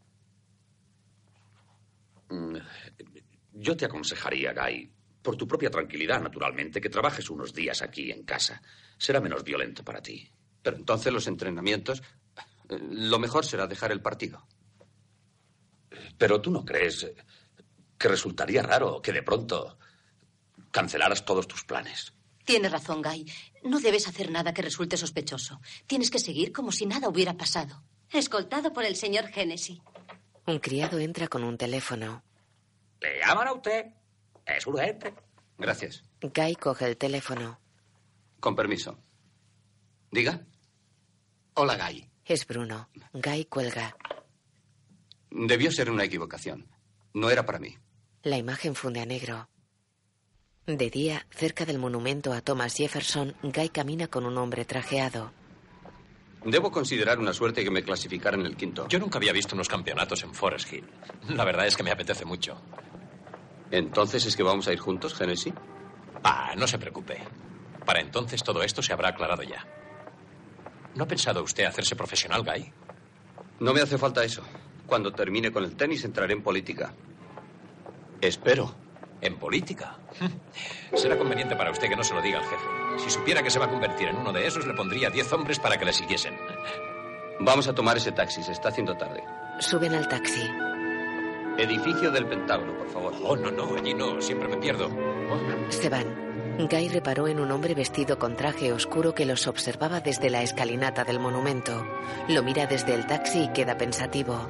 Yo te aconsejaría, Guy, por tu propia tranquilidad, naturalmente, que trabajes unos días aquí en casa. Será menos violento para ti. Pero entonces los entrenamientos... Lo mejor será dejar el partido. Pero tú no crees que resultaría raro que de pronto cancelaras todos tus planes. Tienes razón, Guy. No debes hacer nada que resulte sospechoso. Tienes que seguir como si nada hubiera pasado. Escoltado por el señor Hennessy. Un criado entra con un teléfono. Le llaman a usted. Es urgente. Gracias. Guy coge el teléfono. Con permiso. Diga. Hola, Guy. Es Bruno. Guy cuelga. Debió ser una equivocación. No era para mí. La imagen funde a negro. De día, cerca del monumento a Thomas Jefferson, Guy camina con un hombre trajeado. Debo considerar una suerte que me clasificara en el quinto. Yo nunca había visto unos campeonatos en Forest Hill. La verdad es que me apetece mucho. ¿Entonces es que vamos a ir juntos, Hennessy? Ah, no se preocupe. Para entonces todo esto se habrá aclarado ya. ¿No ha pensado usted hacerse profesional, Guy? No me hace falta eso. Cuando termine con el tenis entraré en política. Espero. ¿En política? Será conveniente para usted que no se lo diga al jefe. Si supiera que se va a convertir en uno de esos, le pondría diez hombres para que le siguiesen. Vamos a tomar ese taxi, se está haciendo tarde. Suben al taxi. Edificio del Pentágono, por favor. Oh, no, no, allí no, siempre me pierdo. Oh. Se van. Guy reparó en un hombre vestido con traje oscuro que los observaba desde la escalinata del monumento. Lo mira desde el taxi y queda pensativo.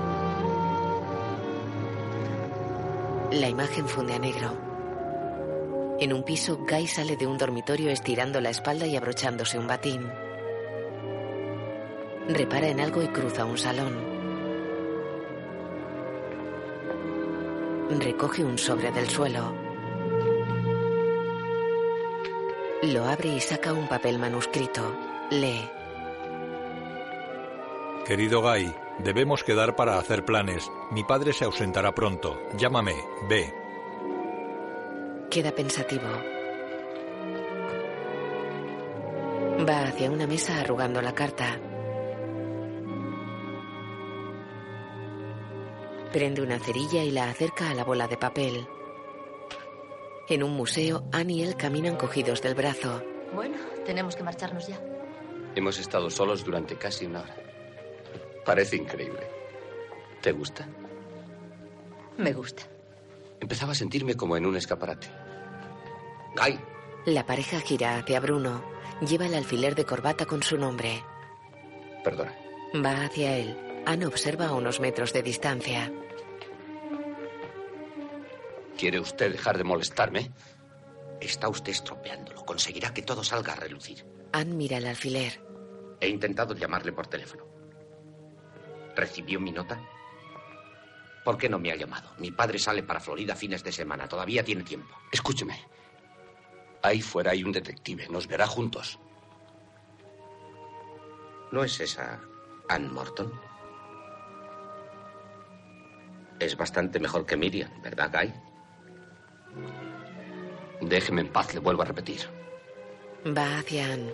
La imagen funde a negro. En un piso, Guy sale de un dormitorio estirando la espalda y abrochándose un batín. Repara en algo y cruza un salón. Recoge un sobre del suelo. Lo abre y saca un papel manuscrito. Lee. Querido Guy, debemos quedar para hacer planes. Mi padre se ausentará pronto. Llámame. Ve. Queda pensativo. Va hacia una mesa arrugando la carta. Prende una cerilla y la acerca a la bola de papel. En un museo, Anne y él caminan cogidos del brazo. Bueno, tenemos que marcharnos ya. Hemos estado solos durante casi una hora. Parece increíble. ¿Te gusta? Me gusta. Empezaba a sentirme como en un escaparate. Guy. La pareja gira hacia Bruno. Lleva el alfiler de corbata con su nombre. Perdona. Va hacia él. Anne observa a unos metros de distancia. ¿Quiere usted dejar de molestarme? Está usted estropeándolo. Conseguirá que todo salga a relucir. Anne mira el alfiler. He intentado llamarle por teléfono. ¿Recibió mi nota? ¿Por qué no me ha llamado? Mi padre sale para Florida fines de semana. Todavía tiene tiempo. Escúcheme. Ahí fuera hay un detective. Nos verá juntos. ¿No es esa Anne Morton? Es bastante mejor que Miriam, ¿verdad, Guy? Déjeme en paz, le vuelvo a repetir. Va hacia Anne.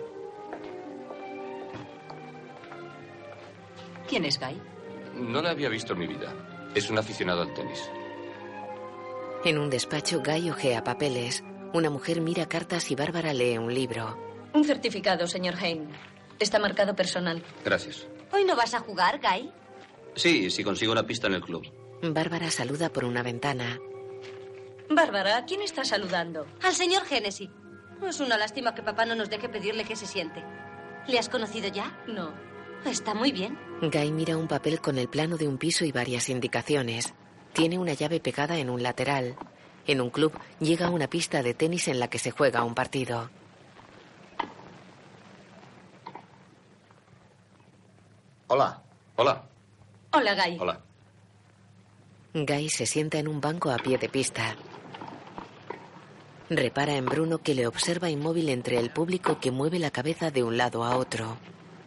¿Quién es Guy? No la había visto en mi vida. Es un aficionado al tenis. En un despacho, Guy ojea papeles. Una mujer mira cartas y Bárbara lee un libro. Un certificado, señor Hain. Está marcado personal. Gracias. ¿Hoy no vas a jugar, Guy? Sí, si consigo una pista en el club. Bárbara saluda por una ventana. Bárbara, ¿a quién está saludando? Al señor Hennessy. Es una lástima que papá no nos deje pedirle qué se siente. ¿Le has conocido ya? No. Está muy bien. Guy mira un papel con el plano de un piso y varias indicaciones. Tiene una llave pegada en un lateral. En un club llega a una pista de tenis en la que se juega un partido. Hola. Hola. Hola, Guy. Hola. Guy se sienta en un banco a pie de pista. Repara en Bruno, que le observa inmóvil entre el público que mueve la cabeza de un lado a otro.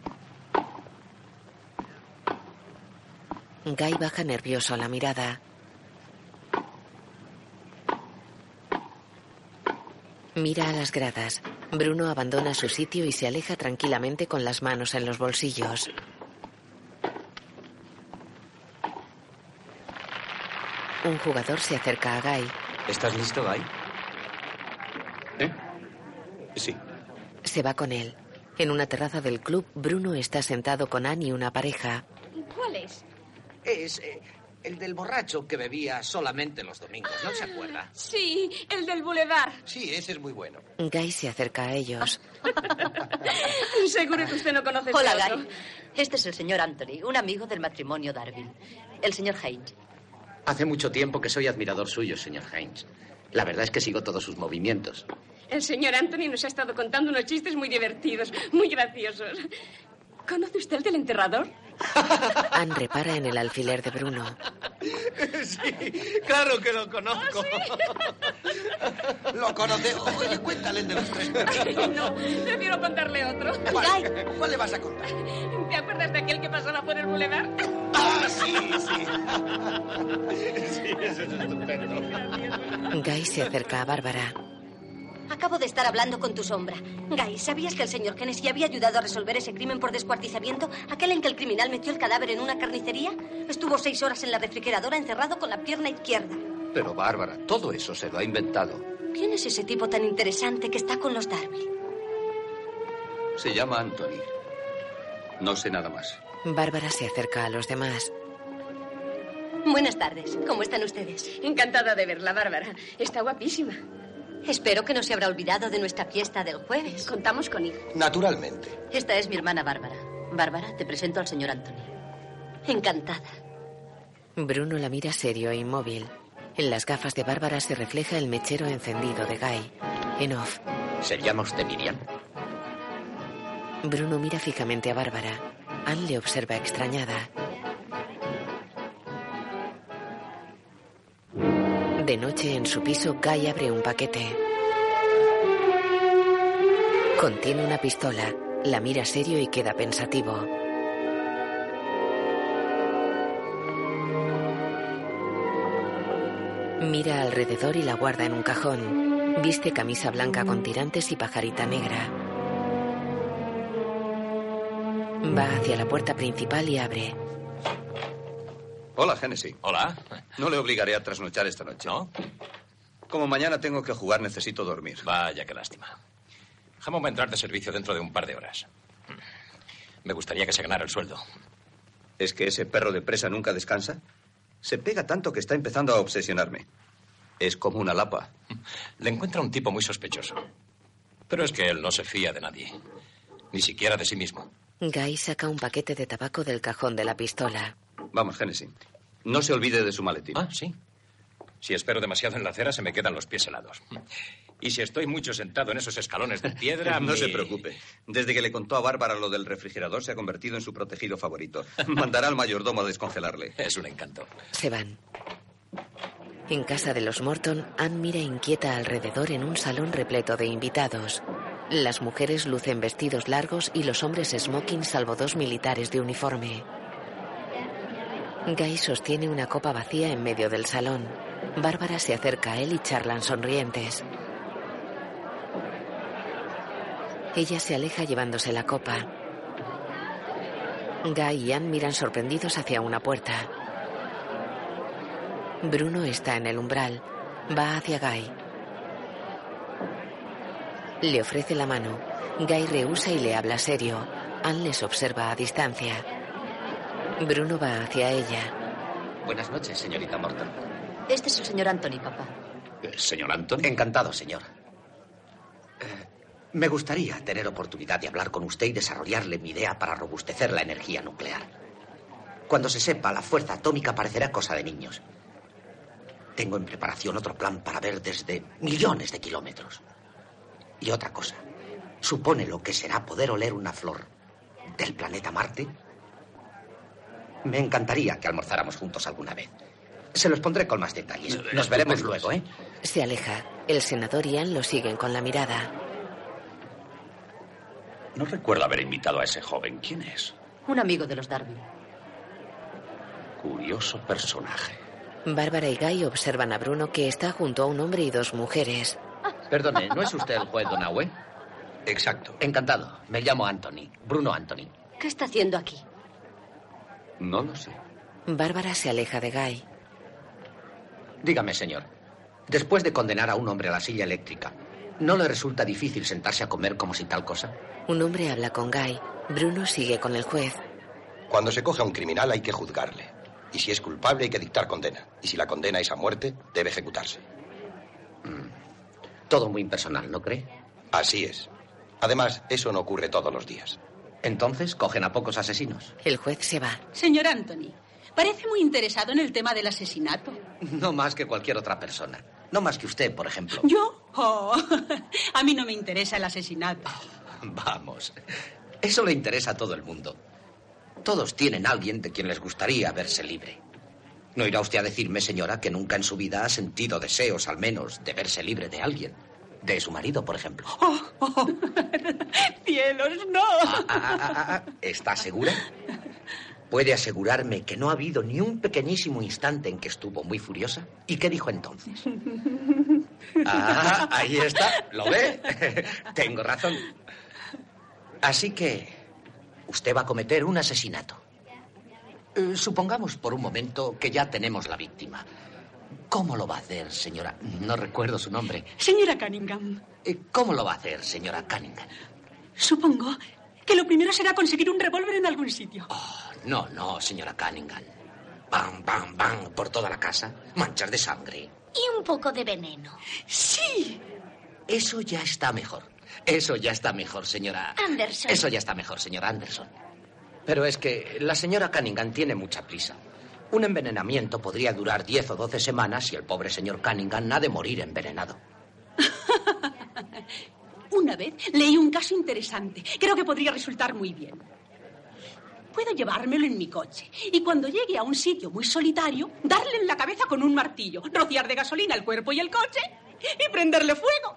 Guy baja nervioso la mirada. Mira a las gradas. Bruno abandona su sitio y se aleja tranquilamente con las manos en los bolsillos. Un jugador se acerca a Guy. ¿Estás listo, Guy? ¿Eh? Sí. Se va con él. En una terraza del club, Bruno está sentado con Anne y una pareja. ¿Cuál es? Es eh, el del borracho que bebía solamente los domingos, ¿no se acuerda? Sí, el del Boulevard. Sí, ese es muy bueno. Guy se acerca a ellos. Seguro que usted no conoce ese Hola, otro. Guy. Este es el señor Anthony, un amigo del matrimonio Darwin. El señor Haynes. Hace mucho tiempo que soy admirador suyo, señor Haynes. La verdad es que sigo todos sus movimientos. El señor Anthony nos ha estado contando unos chistes muy divertidos, muy graciosos. ¿Conoce usted el del enterrador? Anne repara en el alfiler de Bruno. Sí, claro que lo conozco. ¿Lo conoce? Oye, cuéntale el de los tres perros. No, prefiero contarle otro. ¿Cuál? ¿Cuál le vas a contar? ¿Te acuerdas de aquel que pasaba por el Boulevard? Ah, sí, sí. Sí, eso es estupendo. Guy se acerca a Bárbara. Acabo de estar hablando con tu sombra. Guy, ¿sabías que el señor Hennessy había ayudado a resolver ese crimen por descuartizamiento? Aquel en que el criminal metió el cadáver en una carnicería. Estuvo seis horas en la refrigeradora encerrado con la pierna izquierda. Pero, Bárbara, todo eso se lo ha inventado. ¿Quién es ese tipo tan interesante que está con los Darwin? Se llama Anthony. No sé nada más. Bárbara se acerca a los demás. Buenas tardes. ¿Cómo están ustedes? Encantada de verla, Bárbara. Está guapísima. Espero que no se habrá olvidado de nuestra fiesta del jueves. Contamos con ella. Naturalmente. Esta es mi hermana Bárbara. Bárbara, te presento al señor Anthony. Encantada. Bruno la mira serio e inmóvil. En las gafas de Bárbara se refleja el mechero encendido de Guy. En off. ¿Se llama usted Miriam? Bruno mira fijamente a Bárbara. Anne le observa extrañada. De noche, en su piso, Guy abre un paquete. Contiene una pistola. La mira serio y queda pensativo. Mira alrededor y la guarda en un cajón. Viste camisa blanca con tirantes y pajarita negra. Va hacia la puerta principal y abre. Hola, Hennessy. Hola. No le obligaré a trasnochar esta noche. ¿No? Como mañana tengo que jugar, necesito dormir. Vaya, qué lástima. Hammond va a entrar de servicio dentro de un par de horas. Me gustaría que se ganara el sueldo. ¿Es que ese perro de presa nunca descansa? Se pega tanto que está empezando a obsesionarme. Es como una lapa. Le encuentra un tipo muy sospechoso. Pero es que él no se fía de nadie. Ni siquiera de sí mismo. Guy saca un paquete de tabaco del cajón de la pistola. Vamos, Hennessy. No se olvide de su maletín. Ah, sí. Si espero demasiado en la acera, se me quedan los pies helados. Y si estoy mucho sentado en esos escalones de piedra... No mi... se preocupe. Desde que le contó a Bárbara lo del refrigerador, se ha convertido en su protegido favorito. Mandará al mayordomo a descongelarle. Es un encanto. Se van. En casa de los Morton, Anne mira inquieta alrededor en un salón repleto de invitados. Las mujeres lucen vestidos largos y los hombres smoking, salvo dos militares de uniforme. Guy sostiene una copa vacía en medio del salón. Bárbara se acerca a él y charlan sonrientes. Ella se aleja llevándose la copa. Guy y Anne miran sorprendidos hacia una puerta. Bruno está en el umbral. Va hacia Guy. Le ofrece la mano. Guy rehúsa y le habla serio. Anne les observa a distancia. Bruno va hacia ella. Buenas noches, señorita Morton. Este es el señor Anthony, papá. ¿Señor Anthony? Encantado, señor. Eh, me gustaría tener oportunidad de hablar con usted y desarrollarle mi idea para robustecer la energía nuclear. Cuando se sepa, la fuerza atómica parecerá cosa de niños. Tengo en preparación otro plan para ver desde millones de kilómetros. Y otra cosa. ¿Supone lo que será poder oler una flor del planeta Marte? Me encantaría que almorzáramos juntos alguna vez. Se los pondré con más detalles. Nos veremos luego, ¿eh? Se aleja. El senador y Anne lo siguen con la mirada. No recuerdo haber invitado a ese joven. ¿Quién es? Un amigo de los Darby. Curioso personaje. Bárbara y Guy observan a Bruno, que está junto a un hombre y dos mujeres. Perdone, ¿no es usted el juez Donahue? Exacto. Encantado. Me llamo Anthony. Bruno Anthony. ¿Qué está haciendo aquí? No lo sé. Bárbara se aleja de Guy. Dígame, señor. Después de condenar a un hombre a la silla eléctrica, ¿no le resulta difícil sentarse a comer como si tal cosa? Un hombre habla con Guy. Bruno sigue con el juez. Cuando se coge a un criminal hay que juzgarle. Y si es culpable hay que dictar condena. Y si la condena es a muerte, debe ejecutarse. Mm. Todo muy impersonal, ¿no cree? Así es. Además, eso no ocurre todos los días. Entonces, cogen a pocos asesinos. El juez se va. Señor Anthony, parece muy interesado en el tema del asesinato. No más que cualquier otra persona. No más que usted, por ejemplo. ¿Yo? Oh, a mí no me interesa el asesinato. Vamos. Eso le interesa a todo el mundo. Todos tienen a alguien de quien les gustaría verse libre. No irá usted a decirme, señora, que nunca en su vida ha sentido deseos, al menos, de verse libre de alguien. De su marido, por ejemplo. Oh, oh. ¡Cielos, no! Ah, ah, ah, ah. ¿Está segura? ¿Puede asegurarme que no ha habido ni un pequeñísimo instante en que estuvo muy furiosa? ¿Y qué dijo entonces? Ah, ahí está. ¿Lo ve? Tengo razón. Así que usted va a cometer un asesinato. Eh, supongamos por un momento que ya tenemos la víctima. ¿Cómo lo va a hacer, señora? No recuerdo su nombre. Señora Cunningham. Eh, ¿Cómo lo va a hacer, señora Cunningham? Supongo que lo primero será conseguir un revólver en algún sitio. Oh, no, no, señora Cunningham. Bam, bam, bam, por toda la casa. Manchas de sangre. Y un poco de veneno. ¡Sí! Eso ya está mejor. Eso ya está mejor, señora... Anderson. Eso ya está mejor, señora Anderson. Pero es que la señora Cunningham tiene mucha prisa. Un envenenamiento podría durar diez o doce semanas y el pobre señor Cunningham ha de morir envenenado. Una vez leí un caso interesante. Creo que podría resultar muy bien. Puedo llevármelo en mi coche y cuando llegue a un sitio muy solitario, darle en la cabeza con un martillo, rociar de gasolina el cuerpo y el coche y prenderle fuego.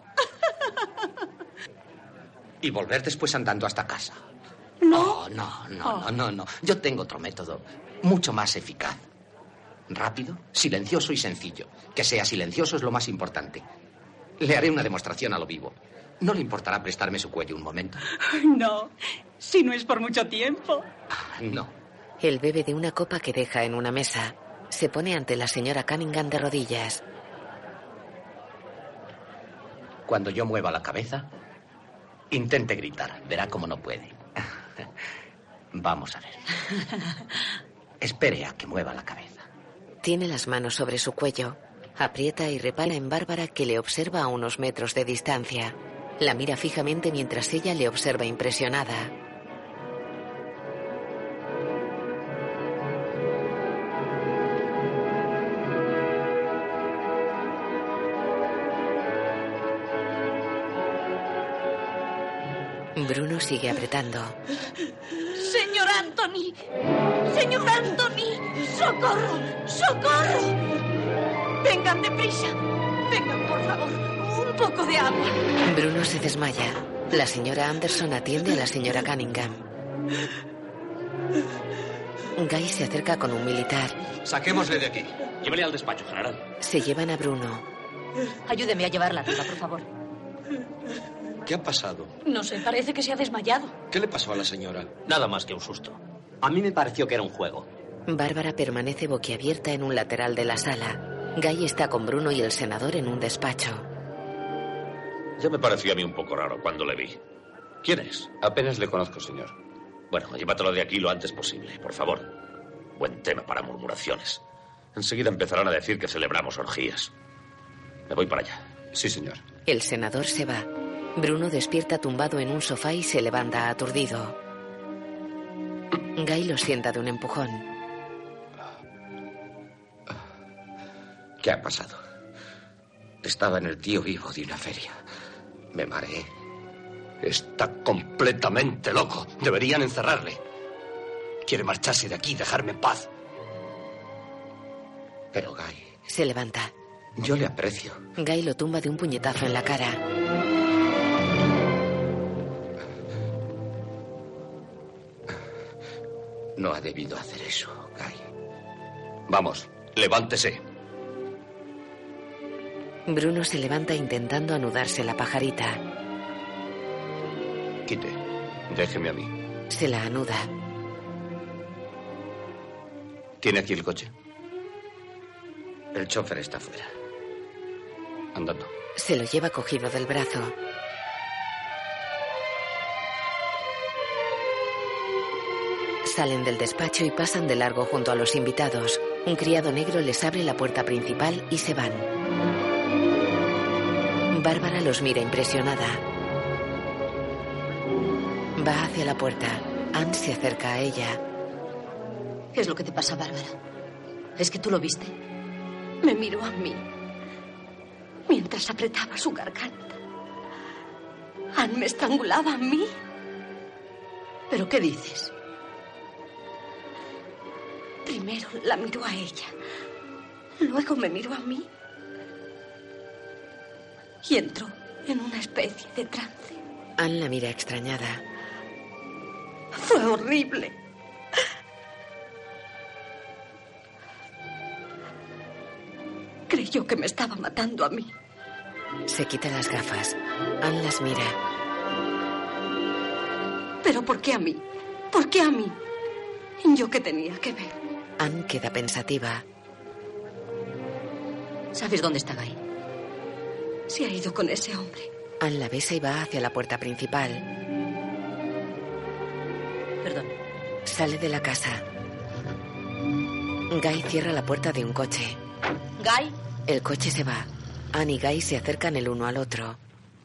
Y volver después andando hasta casa. No. Oh, no, no, no, no, no. Yo tengo otro método, mucho más eficaz. Rápido, silencioso y sencillo. Que sea silencioso es lo más importante. Le haré una demostración a lo vivo. ¿No le importará prestarme su cuello un momento? No, si no es por mucho tiempo. Ah, no. Él bebe de una copa que deja en una mesa. Se pone ante la señora Cunningham de rodillas. Cuando yo mueva la cabeza, intente gritar. Verá cómo no puede. Vamos a ver. Espere a que mueva la cabeza. Tiene las manos sobre su cuello. Aprieta y repara en Bárbara, que le observa a unos metros de distancia. La mira fijamente mientras ella le observa impresionada. Bruno sigue apretando. Señor Anthony. Señor Anthony. ¡Socorro! ¡Socorro! Vengan deprisa. Vengan, por favor. Un poco de agua. Bruno se desmaya. La señora Anderson atiende a la señora Cunningham. Guy se acerca con un militar. Saquémosle de aquí. Llévele al despacho, general. Se llevan a Bruno. Ayúdeme a llevarla arriba, por favor. ¿Qué ha pasado? No sé, parece que se ha desmayado. ¿Qué le pasó a la señora? Nada más que un susto. A mí me pareció que era un juego. Bárbara permanece boquiabierta en un lateral de la sala. Guy está con Bruno y el senador en un despacho. Ya me pareció a mí un poco raro cuando le vi. ¿Quién es? Apenas le conozco, señor. Bueno, llévatelo de aquí lo antes posible, por favor. Buen tema para murmuraciones. Enseguida empezarán a decir que celebramos orgías. Me voy para allá. Sí, señor. El senador se va. Bruno despierta tumbado en un sofá y se levanta aturdido. Guy lo sienta de un empujón. ¿Qué ha pasado? Estaba en el tío vivo de una feria. Me mareé. Está completamente loco. Deberían encerrarle. Quiere marcharse de aquí y dejarme en paz. Pero Guy... Se levanta. Yo le aprecio. Guy lo tumba de un puñetazo en la cara. No ha debido hacer eso, Guy. Vamos, levántese. Bruno se levanta intentando anudarse la pajarita. Quite. Déjeme a mí. Se la anuda. ¿Tiene aquí el coche? El chofer está fuera. Andando. Se lo lleva cogido del brazo. Salen del despacho y pasan de largo junto a los invitados. Un criado negro les abre la puerta principal y se van. Bárbara los mira impresionada. Va hacia la puerta. Anne se acerca a ella. ¿Qué es lo que te pasa, Bárbara? ¿Es que tú lo viste? Me miró a mí mientras apretaba su garganta. Anne me estrangulaba a mí. ¿Pero qué dices? Primero la miró a ella. Luego me miró a mí. Y entró en una especie de trance. Anne la mira extrañada. Fue horrible. Creyó que me estaba matando a mí. Se quita las gafas. Anne las mira. ¿Pero por qué a mí? ¿Por qué a mí? ¿Yo qué tenía que ver? Anne queda pensativa. ¿Sabes dónde está Guy? Se ha ido con ese hombre. Anne la besa y va hacia la puerta principal. Perdón. Sale de la casa. Guy cierra la puerta de un coche. Guy. El coche se va. Anne y Guy se acercan el uno al otro.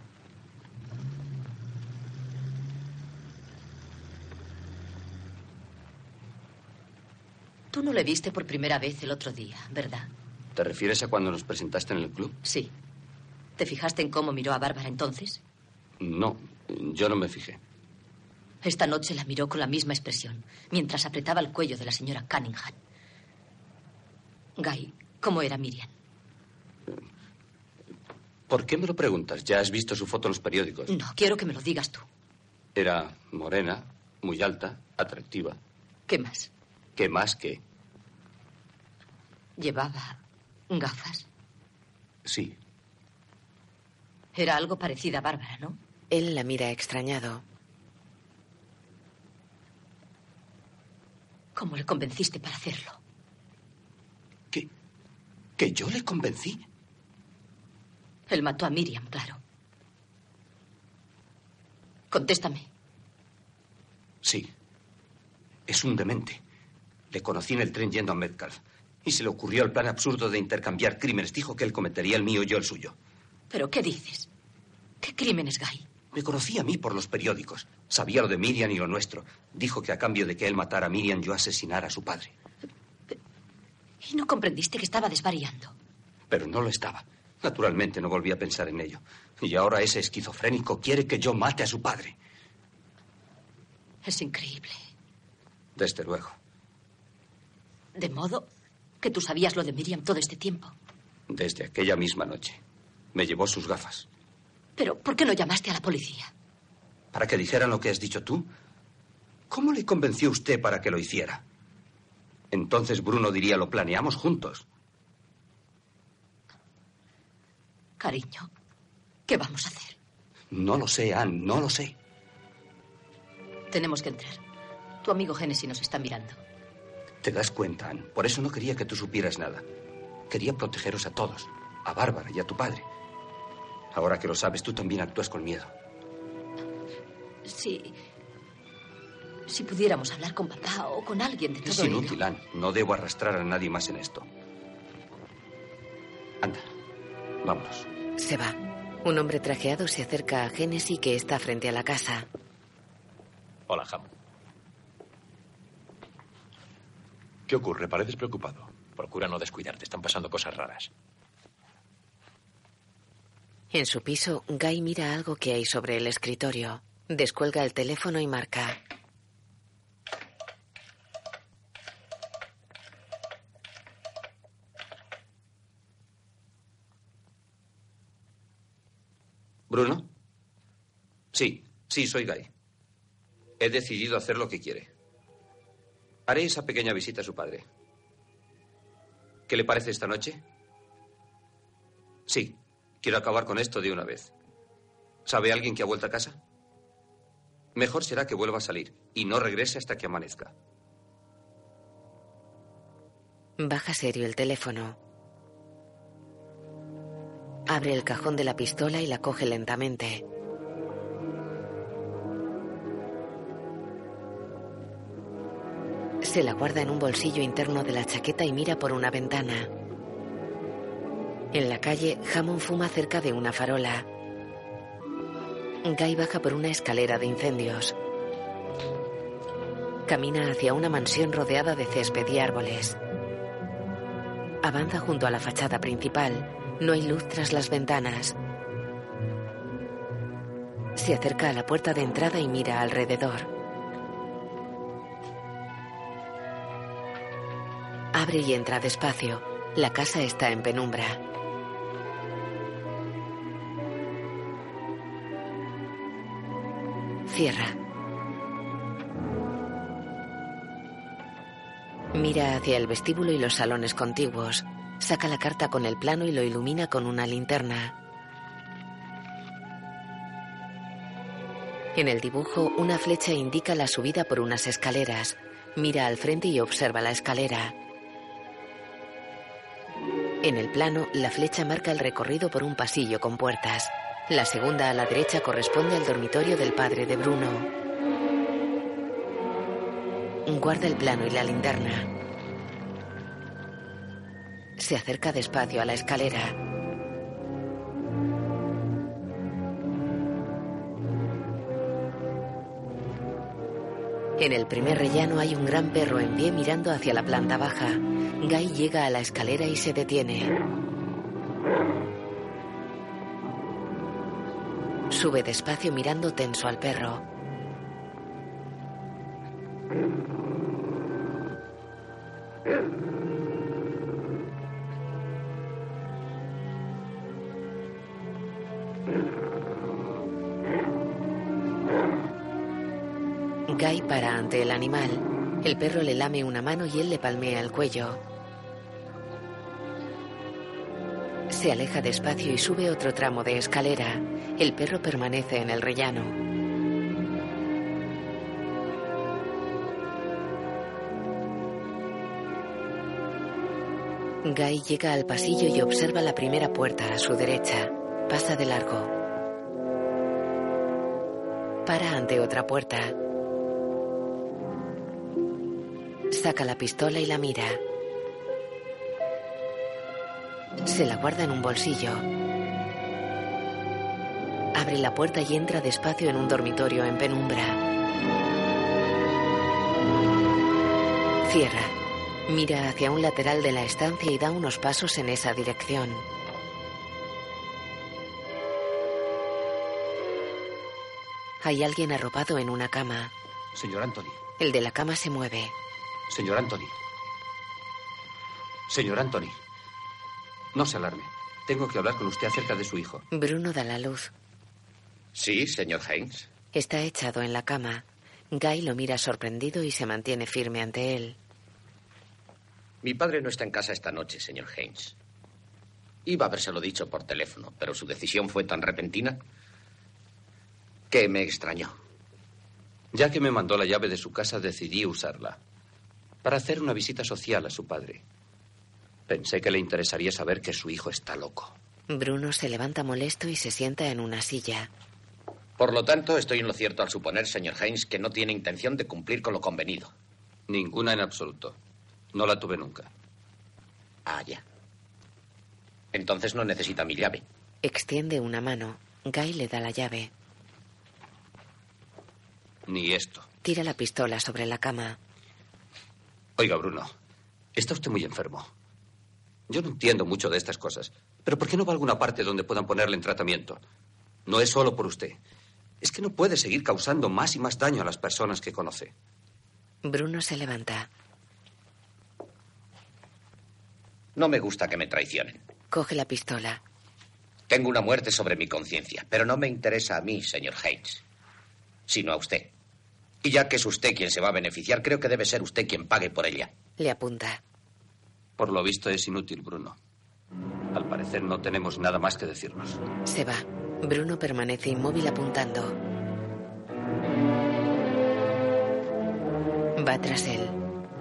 Tú no le viste por primera vez el otro día, ¿verdad? ¿Te refieres a cuando nos presentaste en el club? Sí. ¿Te fijaste en cómo miró a Bárbara entonces? No, yo no me fijé. Esta noche la miró con la misma expresión, mientras apretaba el cuello de la señora Cunningham. Guy, ¿cómo era Miriam? ¿Por qué me lo preguntas? ¿Ya has visto su foto en los periódicos? No, quiero que me lo digas tú. Era morena, muy alta, atractiva. ¿Qué más? ¿Qué más qué? ¿Llevaba gafas? Sí. Era algo parecida a Bárbara, ¿no? Él la mira extrañado. ¿Cómo le convenciste para hacerlo? ¿Qué? ¿Que yo le convencí? Él mató a Miriam, claro. Contéstame. Sí. Es un demente. Le conocí en el tren yendo a Metcalf. Y se le ocurrió el plan absurdo de intercambiar crímenes. Dijo que él cometería el mío y yo el suyo. ¿Pero qué dices? ¿Qué crímenes, Guy? Me conocía a mí por los periódicos. Sabía lo de Miriam y lo nuestro. Dijo que a cambio de que él matara a Miriam, yo asesinara a su padre. ¿Y no comprendiste que estaba desvariando? Pero no lo estaba. Naturalmente no volví a pensar en ello. Y ahora ese esquizofrénico quiere que yo mate a su padre. Es increíble. Desde luego. De modo que tú sabías lo de Miriam todo este tiempo. Desde aquella misma noche. Me llevó sus gafas. Pero, ¿por qué no llamaste a la policía? ¿Para que dijeran lo que has dicho tú? ¿Cómo le convenció usted para que lo hiciera? Entonces Bruno diría, lo planeamos juntos. Cariño, ¿qué vamos a hacer? No lo sé, Anne, no lo sé. Tenemos que entrar. Tu amigo Hennessy nos está mirando. ¿Te das cuenta, Anne? Por eso no quería que tú supieras nada. Quería protegeros a todos. A Bárbara y a tu padre. Ahora que lo sabes, tú también actúas con miedo. Si... Si pudiéramos hablar con papá o con alguien de todo Es ello. inútil, Anne. No debo arrastrar a nadie más en esto. Anda, vámonos. Se va. Un hombre trajeado se acerca a Hennessy, que está frente a la casa. Hola, Hammond. ¿Qué ocurre? Pareces preocupado. Procura no descuidarte. Están pasando cosas raras. En su piso, Guy mira algo que hay sobre el escritorio. Descuelga el teléfono y marca. ¿Bruno? Sí, sí, soy Guy. He decidido hacer lo que quiere. Haré esa pequeña visita a su padre. ¿Qué le parece esta noche? Sí, quiero acabar con esto de una vez. ¿Sabe alguien que ha vuelto a casa? Mejor será que vuelva a salir y no regrese hasta que amanezca. Baja serio el teléfono. Abre el cajón de la pistola y la coge lentamente. Se la guarda en un bolsillo interno de la chaqueta y mira por una ventana. En la calle, Hammond fuma cerca de una farola. Guy baja por una escalera de incendios. Camina hacia una mansión rodeada de césped y árboles. Avanza junto a la fachada principal. No hay luz tras las ventanas. Se acerca a la puerta de entrada y mira alrededor. Abre y entra despacio. La casa está en penumbra. Cierra. Mira hacia el vestíbulo y los salones contiguos. Saca la carta con el plano y lo ilumina con una linterna. En el dibujo, una flecha indica la subida por unas escaleras. Mira al frente y observa la escalera. En el plano, la flecha marca el recorrido por un pasillo con puertas. La segunda a la derecha corresponde al dormitorio del padre de Bruno. Guarda el plano y la linterna. Se acerca despacio a la escalera. En el primer rellano hay un gran perro en pie mirando hacia la planta baja. Guy llega a la escalera y se detiene. Sube despacio mirando tenso al perro. Guy para ante el animal. El perro le lame una mano y él le palmea el cuello. Se aleja despacio y sube otro tramo de escalera. El perro permanece en el rellano. Guy llega al pasillo y observa la primera puerta a su derecha. Pasa de largo. Para ante otra puerta. Saca la pistola y la mira. Se la guarda en un bolsillo. Abre la puerta y entra despacio en un dormitorio en penumbra. Cierra. Mira hacia un lateral de la estancia y da unos pasos en esa dirección. Hay alguien arropado en una cama. Señor Anthony. El de la cama se mueve. Señor Anthony. Señor Anthony. No se alarme. Tengo que hablar con usted acerca de su hijo. Bruno da la luz. Sí, señor Haynes. Está echado en la cama. Guy lo mira sorprendido y se mantiene firme ante él. Mi padre no está en casa esta noche, señor Haynes. Iba a habérselo dicho por teléfono, pero su decisión fue tan repentina que me extrañó. Ya que me mandó la llave de su casa, decidí usarla para hacer una visita social a su padre. Pensé que le interesaría saber que su hijo está loco. Bruno se levanta molesto y se sienta en una silla. Por lo tanto, estoy en lo cierto al suponer, señor Haynes, que no tiene intención de cumplir con lo convenido. Ninguna en absoluto. No la tuve nunca. Ah, ya. Entonces no necesita mi llave. Extiende una mano. Guy le da la llave. Ni esto. Tira la pistola sobre la cama. Oiga, Bruno, está usted muy enfermo. Yo no entiendo mucho de estas cosas, pero ¿por qué no va a alguna parte donde puedan ponerle en tratamiento? No es solo por usted. Es que no puede seguir causando más y más daño a las personas que conoce. Bruno se levanta. No me gusta que me traicionen. Coge la pistola. Tengo una muerte sobre mi conciencia, pero no me interesa a mí, señor Haynes, sino a usted. Y ya que es usted quien se va a beneficiar, creo que debe ser usted quien pague por ella. Le apunta. Por lo visto es inútil, Bruno. Al parecer no tenemos nada más que decirnos. Se va. Bruno permanece inmóvil apuntando. Va tras él.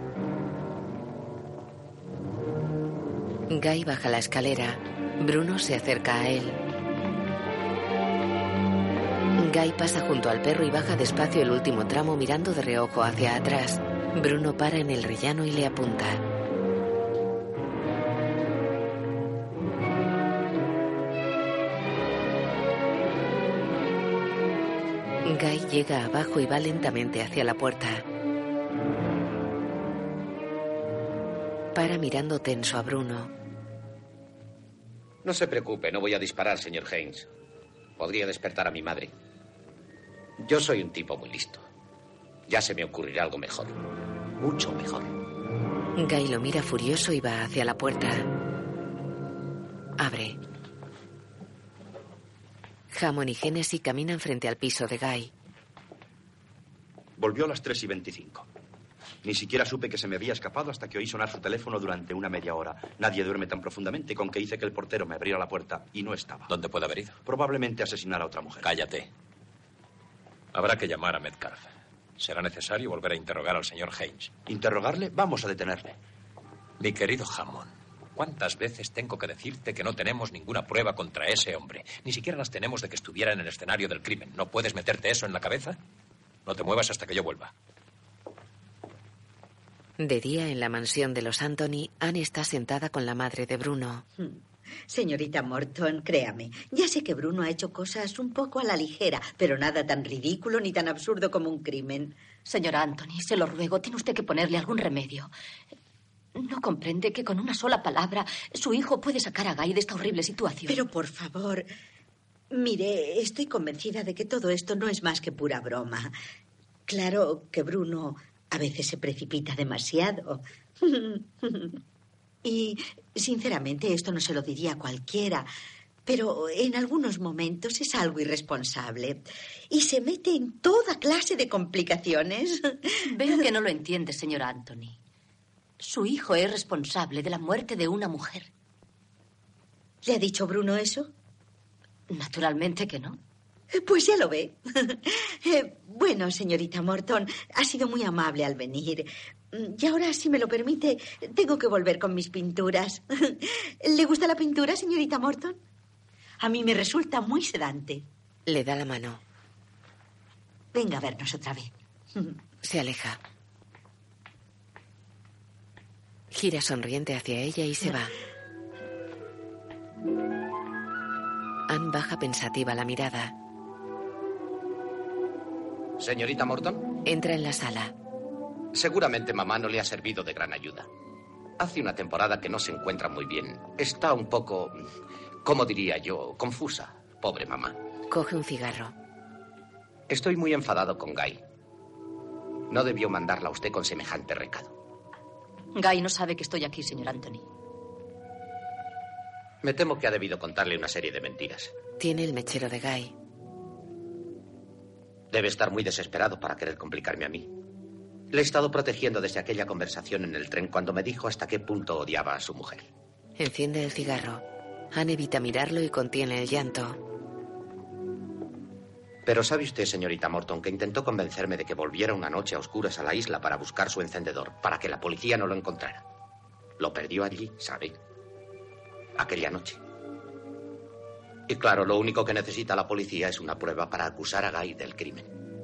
Guy baja la escalera. Bruno se acerca a él. Guy pasa junto al perro y baja despacio el último tramo mirando de reojo hacia atrás. Bruno para en el rellano y le apunta. Guy llega abajo y va lentamente hacia la puerta. Para mirando tenso a Bruno. No se preocupe, no voy a disparar, señor Haynes. Podría despertar a mi madre. Yo soy un tipo muy listo. Ya se me ocurrirá algo mejor. Mucho mejor. Guy lo mira furioso y va hacia la puerta. Abre. Hammond y Hennessy caminan frente al piso de Guy. Volvió a las tres y veinticinco. Ni siquiera supe que se me había escapado hasta que oí sonar su teléfono durante una media hora. Nadie duerme tan profundamente con que hice que el portero me abriera la puerta y no estaba. ¿Dónde puede haber ido? Probablemente asesinar a otra mujer. Cállate. Habrá que llamar a Metcalf. Será necesario volver a interrogar al señor Haynes. ¿Interrogarle? Vamos a detenerle. Mi querido Hammond, ¿cuántas veces tengo que decirte que no tenemos ninguna prueba contra ese hombre? Ni siquiera las tenemos de que estuviera en el escenario del crimen. ¿No puedes meterte eso en la cabeza? No te muevas hasta que yo vuelva. De día, en la mansión de los Anthony, Anne está sentada con la madre de Bruno. Señorita Morton, créame, ya sé que Bruno ha hecho cosas un poco a la ligera, pero nada tan ridículo ni tan absurdo como un crimen. Señora Anthony, se lo ruego, tiene usted que ponerle algún remedio. ¿No comprende que con una sola palabra su hijo puede sacar a Guy de esta horrible situación? Pero, por favor, mire, estoy convencida de que todo esto no es más que pura broma. Claro que Bruno a veces se precipita demasiado. Y, sinceramente, esto no se lo diría a cualquiera, pero en algunos momentos es algo irresponsable y se mete en toda clase de complicaciones. Veo que no lo entiende, señora Anthony. Su hijo es responsable de la muerte de una mujer. ¿Le ha dicho Bruno eso? Naturalmente que no. Pues ya lo ve. Eh, bueno, señorita Morton, ha sido muy amable al venir. Y ahora, si me lo permite, tengo que volver con mis pinturas. ¿Le gusta la pintura, señorita Morton? A mí me resulta muy sedante. Le da la mano. Venga a vernos otra vez. Se aleja. Gira sonriente hacia ella y se va. Anne baja pensativa la mirada. Señorita Morton. Entra en la sala. Seguramente mamá no le ha servido de gran ayuda. Hace una temporada que no se encuentra muy bien. Está un poco, ¿cómo diría yo? Confusa. Pobre mamá. Coge un cigarro. Estoy muy enfadado con Guy. No debió mandarla a usted con semejante recado. Guy no sabe que estoy aquí, señor Anthony. Me temo que ha debido contarle una serie de mentiras. Tiene el mechero de Guy. Debe estar muy desesperado para querer complicarme a mí. Le he estado protegiendo desde aquella conversación en el tren cuando me dijo hasta qué punto odiaba a su mujer. Enciende el cigarro. Anne evita mirarlo y contiene el llanto. Pero sabe usted, señorita Morton, que intentó convencerme de que volviera una noche a oscuras a la isla para buscar su encendedor, para que la policía no lo encontrara. Lo perdió allí, ¿sabe? Aquella noche. Y claro, lo único que necesita la policía es una prueba para acusar a Guy del crimen.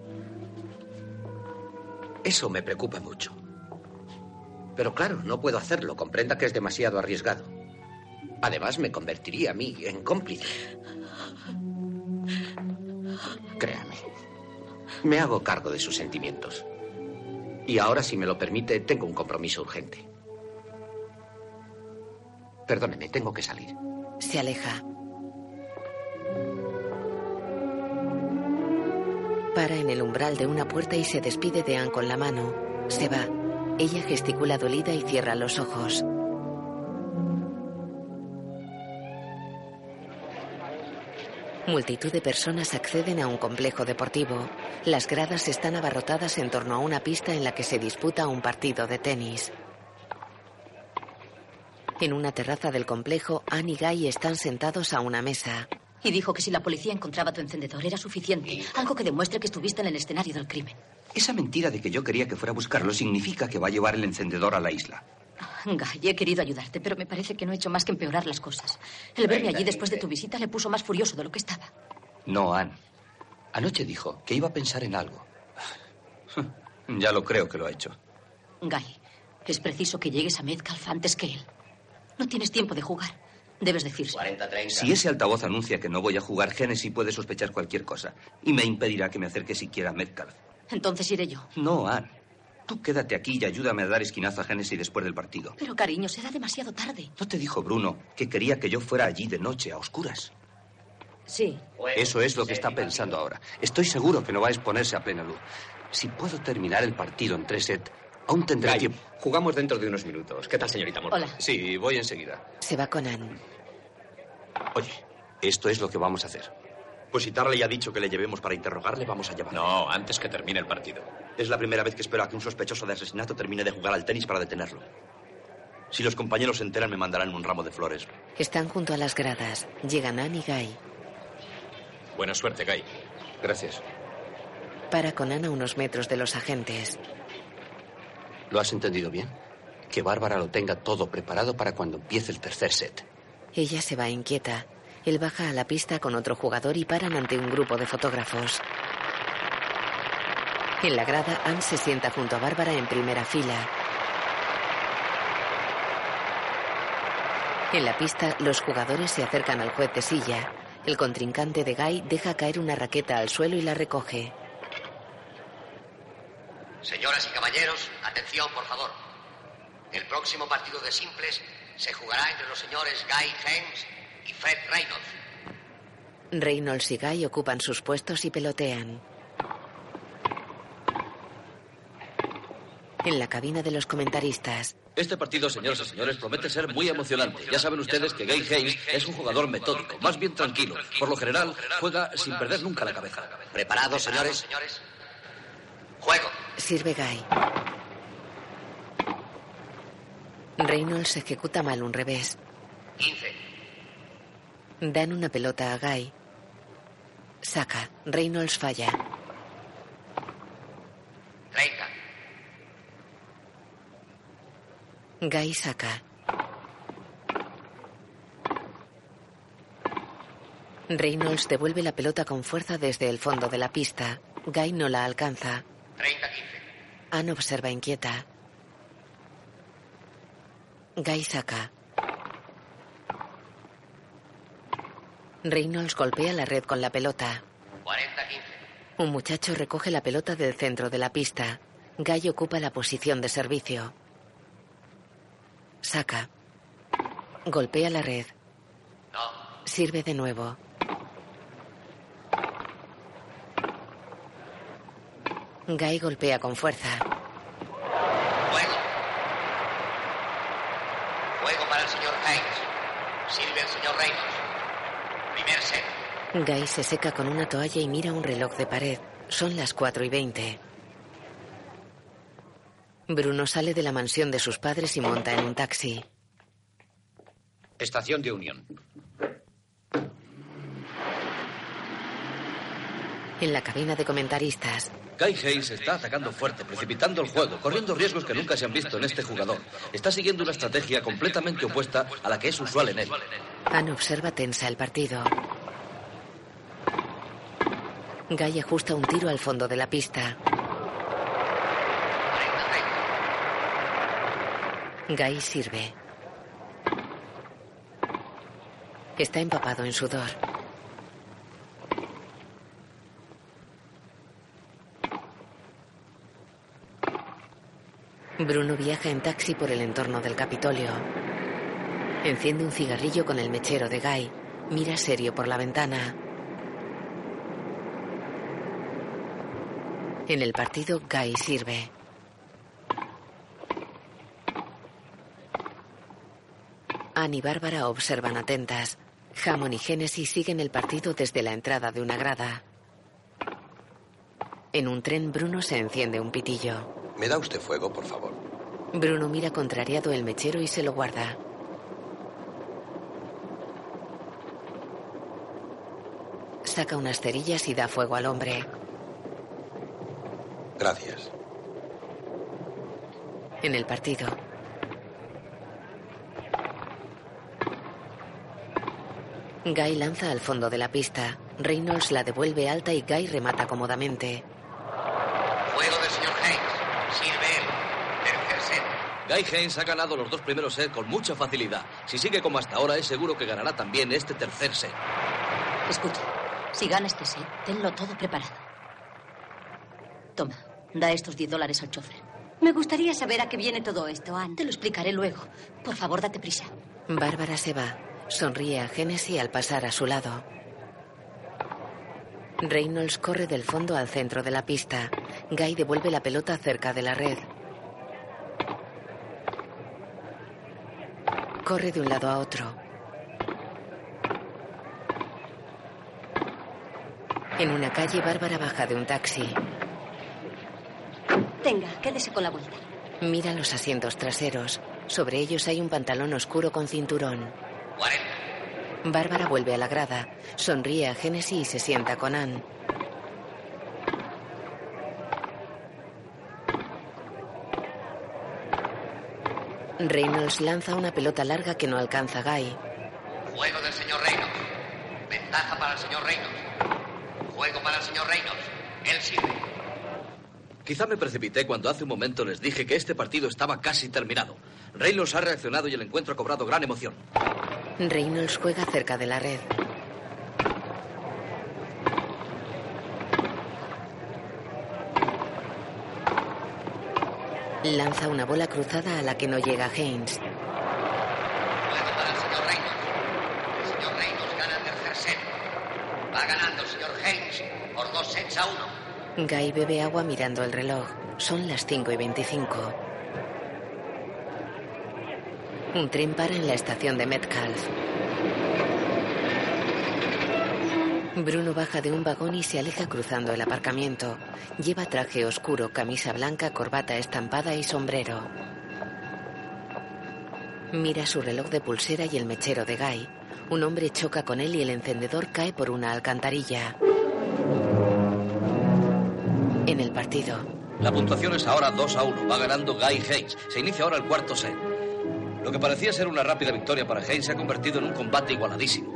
Eso me preocupa mucho. Pero claro, no puedo hacerlo. Comprenda que es demasiado arriesgado. Además, me convertiría a mí en cómplice. Créame, me hago cargo de sus sentimientos. Y ahora, si me lo permite, tengo un compromiso urgente. Perdóneme, tengo que salir. Se aleja. Para en el umbral de una puerta y se despide de Anne con la mano. Se va. Ella gesticula dolida y cierra los ojos. Multitud de personas acceden a un complejo deportivo. Las gradas están abarrotadas en torno a una pista en la que se disputa un partido de tenis. En una terraza del complejo, Anne y Guy están sentados a una mesa. Y dijo que si la policía encontraba tu encendedor era suficiente. Algo que demuestre que estuviste en el escenario del crimen. Esa mentira de que yo quería que fuera a buscarlo significa que va a llevar el encendedor a la isla. Guy, he querido ayudarte, pero me parece que no he hecho más que empeorar las cosas. El verme allí después de tu visita le puso más furioso de lo que estaba. No, Anne. Anoche dijo que iba a pensar en algo. Ya lo creo que lo ha hecho. Guy, es preciso que llegues a Metcalf antes que él. No tienes tiempo de jugar. Debes decirse. cuarenta treinta. Si ese altavoz anuncia que no voy a jugar, Hennessy puede sospechar cualquier cosa. Y me impedirá que me acerque siquiera a Metcalf. Entonces iré yo. No, Anne. Tú quédate aquí y ayúdame a dar esquinazo a Hennessy después del partido. Pero, cariño, será demasiado tarde. ¿No te dijo Bruno que quería que yo fuera allí de noche, a oscuras? Sí. Eso es lo que está pensando ahora. Estoy seguro que no va a exponerse a plena luz. Si puedo terminar el partido en tres sets, aún tendré Guy, tiempo. Jugamos dentro de unos minutos. ¿Qué tal, señorita Morton? Hola. Sí, voy enseguida. Se va con Anne. Oye, esto es lo que vamos a hacer. Pues si Tarley ha dicho que le llevemos para interrogarle, vamos a llevarle. No, antes que termine el partido. Es la primera vez que espero a que un sospechoso de asesinato termine de jugar al tenis para detenerlo. Si los compañeros se enteran, me mandarán un ramo de flores. Están junto a las gradas. Llegan Anne y Guy. Buena suerte, Guy. Gracias. Para con Anne a unos metros de los agentes. ¿Lo has entendido bien? Que Bárbara lo tenga todo preparado para cuando empiece el tercer set. Ella se va inquieta. Él baja a la pista con otro jugador y paran ante un grupo de fotógrafos. En la grada, Anne se sienta junto a Bárbara en primera fila. En la pista, los jugadores se acercan al juez de silla. El contrincante de Guy deja caer una raqueta al suelo y la recoge. Señoras y caballeros, atención, por favor. El próximo partido de simples se jugará entre los señores Guy Haynes y Fred Reynolds. Reynolds y Guy ocupan sus puestos y pelotean. En la cabina de los comentaristas. Este partido, señoras y señores, promete ser muy emocionante. Ya saben ustedes que Guy Haynes es un jugador metódico, más bien tranquilo. Por lo general, juega sin perder nunca la cabeza. ¿Preparados, señores? Juego. Sirve Guy. Reynolds ejecuta mal un revés. quince. Dan una pelota a Guy. Saca. Reynolds falla. treinta. Guy saca. Reynolds devuelve la pelota con fuerza desde el fondo de la pista. Guy no la alcanza. treinta quince. Anne observa inquieta. Guy saca. Reynolds golpea la red con la pelota. cuarenta quince. Un muchacho recoge la pelota del centro de la pista. Guy ocupa la posición de servicio. Saca. Golpea la red. No. Sirve de nuevo. Guy golpea con fuerza. Fuego. Fuego para el señor Haynes. Sirve el señor Reynolds. Primer set. Guy se seca con una toalla y mira un reloj de pared. Son las cuatro y veinte. Bruno sale de la mansión de sus padres y monta en un taxi. Estación de Unión. En la cabina de comentaristas. Guy Hayes está atacando fuerte, precipitando el juego, corriendo riesgos que nunca se han visto en este jugador. Está siguiendo una estrategia completamente opuesta a la que es usual en él. Anne observa tensa el partido. Guy ajusta un tiro al fondo de la pista. Guy sirve. Está empapado en sudor. Bruno viaja en taxi por el entorno del Capitolio. Enciende un cigarrillo con el mechero de Guy. Mira serio por la ventana. En el partido, Guy sirve. Anne y Bárbara observan atentas. Hammond y Genesis siguen el partido desde la entrada de una grada. En un tren, Bruno se enciende un pitillo. ¿Me da usted fuego, por favor? Bruno mira contrariado el mechero y se lo guarda. Saca unas cerillas y da fuego al hombre. Gracias. En el partido. Guy lanza al fondo de la pista. Reynolds la devuelve alta y Guy remata cómodamente. Fuego del señor Haynes. Sirve él. Tercer set. Guy Haynes ha ganado los dos primeros sets con mucha facilidad. Si sigue como hasta ahora, es seguro que ganará también este tercer set. Escucha, si gana este set, tenlo todo preparado. Toma, da estos diez dólares al chofer. Me gustaría saber a qué viene todo esto, Anne. Te lo explicaré luego. Por favor, date prisa. Bárbara se va. Sonríe a Genesis al pasar a su lado. Reynolds corre del fondo al centro de la pista. Guy devuelve la pelota cerca de la red. Corre de un lado a otro. En una calle, Bárbara baja de un taxi. Tenga, quédese con la vuelta. Mira los asientos traseros. Sobre ellos hay un pantalón oscuro con cinturón. Bárbara vuelve a la grada. Sonríe a Genesis y se sienta con Anne. Reynolds lanza una pelota larga que no alcanza a Guy. Juego del señor Reynolds. Ventaja para el señor Reynolds. Juego para el señor Reynolds. Él sirve. Quizá me precipité cuando hace un momento les dije que este partido estaba casi terminado. Reynolds ha reaccionado y el encuentro ha cobrado gran emoción. Reynolds juega cerca de la red. Lanza una bola cruzada a la que no llega Haynes. Juego para el señor Reynolds. El señor Reynolds gana el tercer set. Va ganando el señor Haynes por dos sets a uno. Guy bebe agua mirando el reloj. Son las cinco y veinticinco. Un tren para en la estación de Metcalf. Bruno baja de un vagón y se aleja cruzando el aparcamiento. Lleva traje oscuro, camisa blanca, corbata estampada y sombrero. Mira su reloj de pulsera y el mechero de Guy. Un hombre choca con él y el encendedor cae por una alcantarilla. En el partido. La puntuación es ahora dos a uno. Va ganando Guy Haynes. Se inicia ahora el cuarto set. Lo que parecía ser una rápida victoria para Haynes se ha convertido en un combate igualadísimo.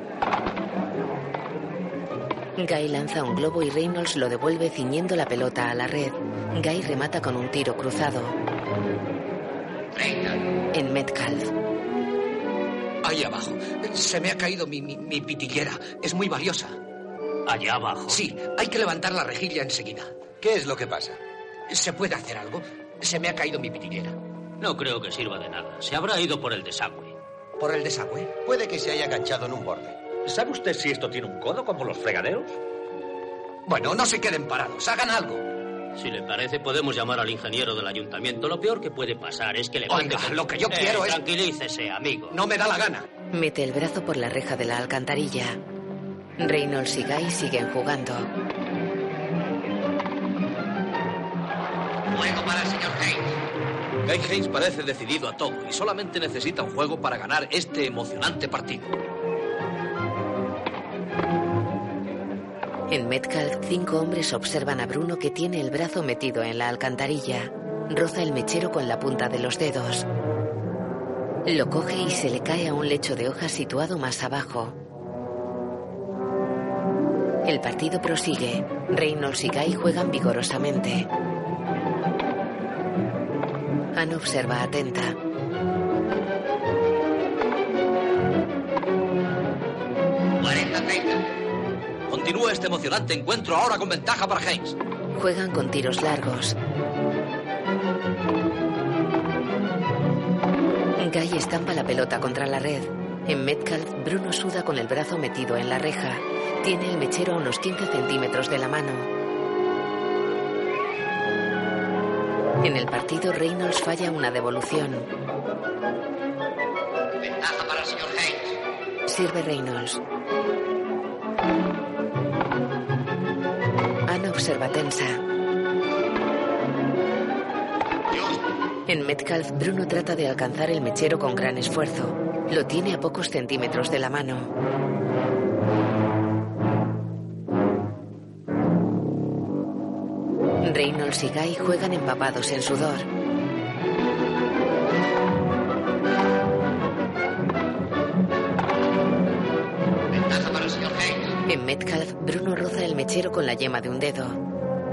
Guy lanza un globo y Reynolds lo devuelve ciñendo la pelota a la red. Guy remata con un tiro cruzado. treinta. En Metcalf. Ahí abajo. Se me ha caído mi, mi, mi pitillera. Es muy valiosa. ¿Allá abajo? Sí, hay que levantar la rejilla enseguida. ¿Qué es lo que pasa? ¿Se puede hacer algo? Se me ha caído mi pitillera. No creo que sirva de nada. Se habrá ido por el desagüe. ¿Por el desagüe? Puede que se haya enganchado en un borde. ¿Sabe usted si esto tiene un codo como los fregaderos? Bueno, no se queden parados. Hagan algo. Si le parece, podemos llamar al ingeniero del ayuntamiento. Lo peor que puede pasar es que levante... Oiga, lo que yo quiero eh, es... Tranquilícese, amigo. No me da la gana. Mete el brazo por la reja de la alcantarilla. Reynolds y Guy siguen jugando. Juego para el señor Haynes. Guy Haynes parece decidido a todo y solamente necesita un juego para ganar este emocionante partido. En Metcalf, cinco hombres observan a Bruno, que tiene el brazo metido en la alcantarilla. Roza el mechero con la punta de los dedos. Lo coge y se le cae a un lecho de hojas situado más abajo. El partido prosigue. Reynolds y Guy juegan vigorosamente. Anne observa atenta. cuarenta treinta. Continúa este emocionante encuentro ahora con ventaja para Haynes. Juegan con tiros largos. Guy estampa la pelota contra la red. En Metcalf, Bruno suda con el brazo metido en la reja. Tiene el mechero a unos quince centímetros de la mano. En el partido, Reynolds falla una devolución. Ventaja para el señor Haynes. Sirve Reynolds. Anna observa tensa. En Metcalf, Bruno trata de alcanzar el mechero con gran esfuerzo. Lo tiene a pocos centímetros de la mano. Reynolds y Guy juegan empapados en sudor. Ventaja para el señor Haynes. En Metcalf, Bruno roza el mechero con la yema de un dedo.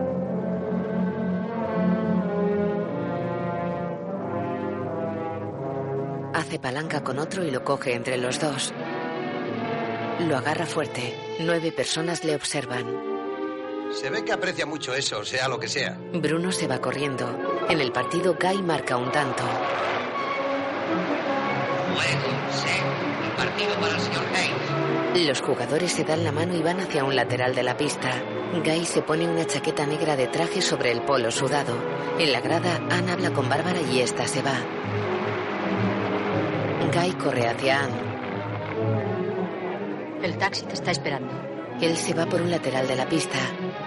Hace palanca con otro y lo coge entre los dos. Lo agarra fuerte. Nueve personas le observan. Se ve que aprecia mucho eso, sea lo que sea. Bruno se va corriendo. En el partido, Guy marca un tanto. Juego, set. El partido para el señor Haynes. Los jugadores se dan la mano y van hacia un lateral de la pista. Guy se pone una chaqueta negra de traje sobre el polo sudado. En la grada, Anne habla con Bárbara y esta se va. Guy corre hacia Anne. El taxi te está esperando. Él se va por un lateral de la pista.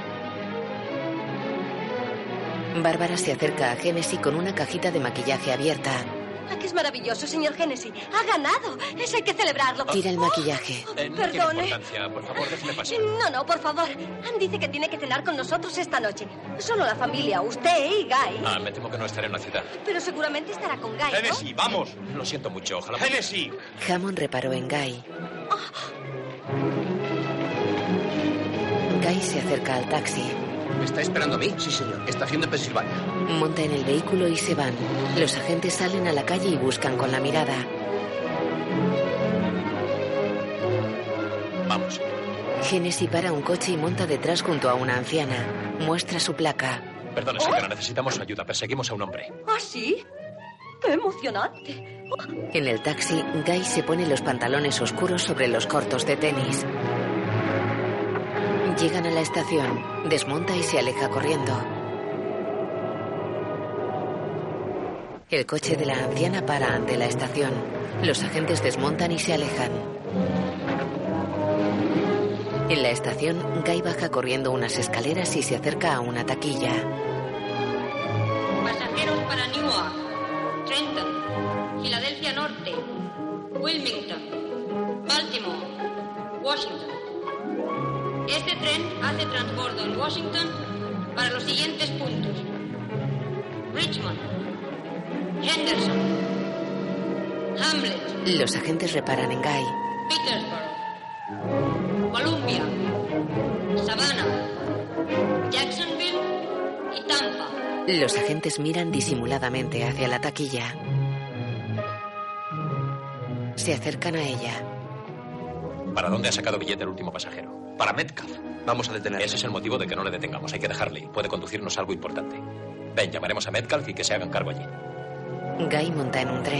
Bárbara se acerca a Hennessy con una cajita de maquillaje abierta. ¡Ah, que es maravilloso, señor Hennessy! ¡Ha ganado! Eso hay que celebrarlo. Tira el maquillaje. Oh, Eh, no perdone. tiene importancia. Por favor, déjeme pasar. No, no, por favor. Anne dice que tiene que cenar con nosotros esta noche. Solo la familia, usted y Guy. Ah, me temo que no estaré en la ciudad. Pero seguramente estará con Guy, ¿no? Hennessy, vamos. Lo siento mucho. Ojalá... Hennessy. Hammond reparó en Guy. Guy se acerca al taxi. ¿Me está esperando a mí? Sí, señor. Estación de Pensilvania. Monta en el vehículo y se van. Los agentes salen a la calle y buscan con la mirada. Vamos. Hennessy para un coche y monta detrás junto a una anciana. Muestra su placa. Perdone, señora, necesitamos su ayuda. Perseguimos a un hombre. ¿Ah, sí? ¡Qué emocionante! En el taxi, Guy se pone los pantalones oscuros sobre los cortos de tenis. Llegan a la estación. Desmonta y se aleja corriendo. El coche de la anciana para ante la estación. Los agentes desmontan y se alejan. En la estación, Guy baja corriendo unas escaleras y se acerca a una taquilla. Pasajeros para Newark, Trenton, Filadelfia Norte, Wilmington, Baltimore, Washington. Este tren hace transbordo en Washington para los siguientes puntos: Richmond, Henderson, Hamlet, Los agentes reparan en Guy. Petersburg, Columbia, Savannah, Jacksonville y Tampa. Los agentes miran disimuladamente hacia la taquilla. Se acercan a ella. ¿Para dónde ha sacado billete el último pasajero? Para Metcalf. Vamos a detenerle. Ese es el motivo de que no le detengamos. Hay que dejarle. Puede conducirnos a algo importante. Ven, llamaremos a Metcalf y que se hagan cargo allí. Guy monta en un tren.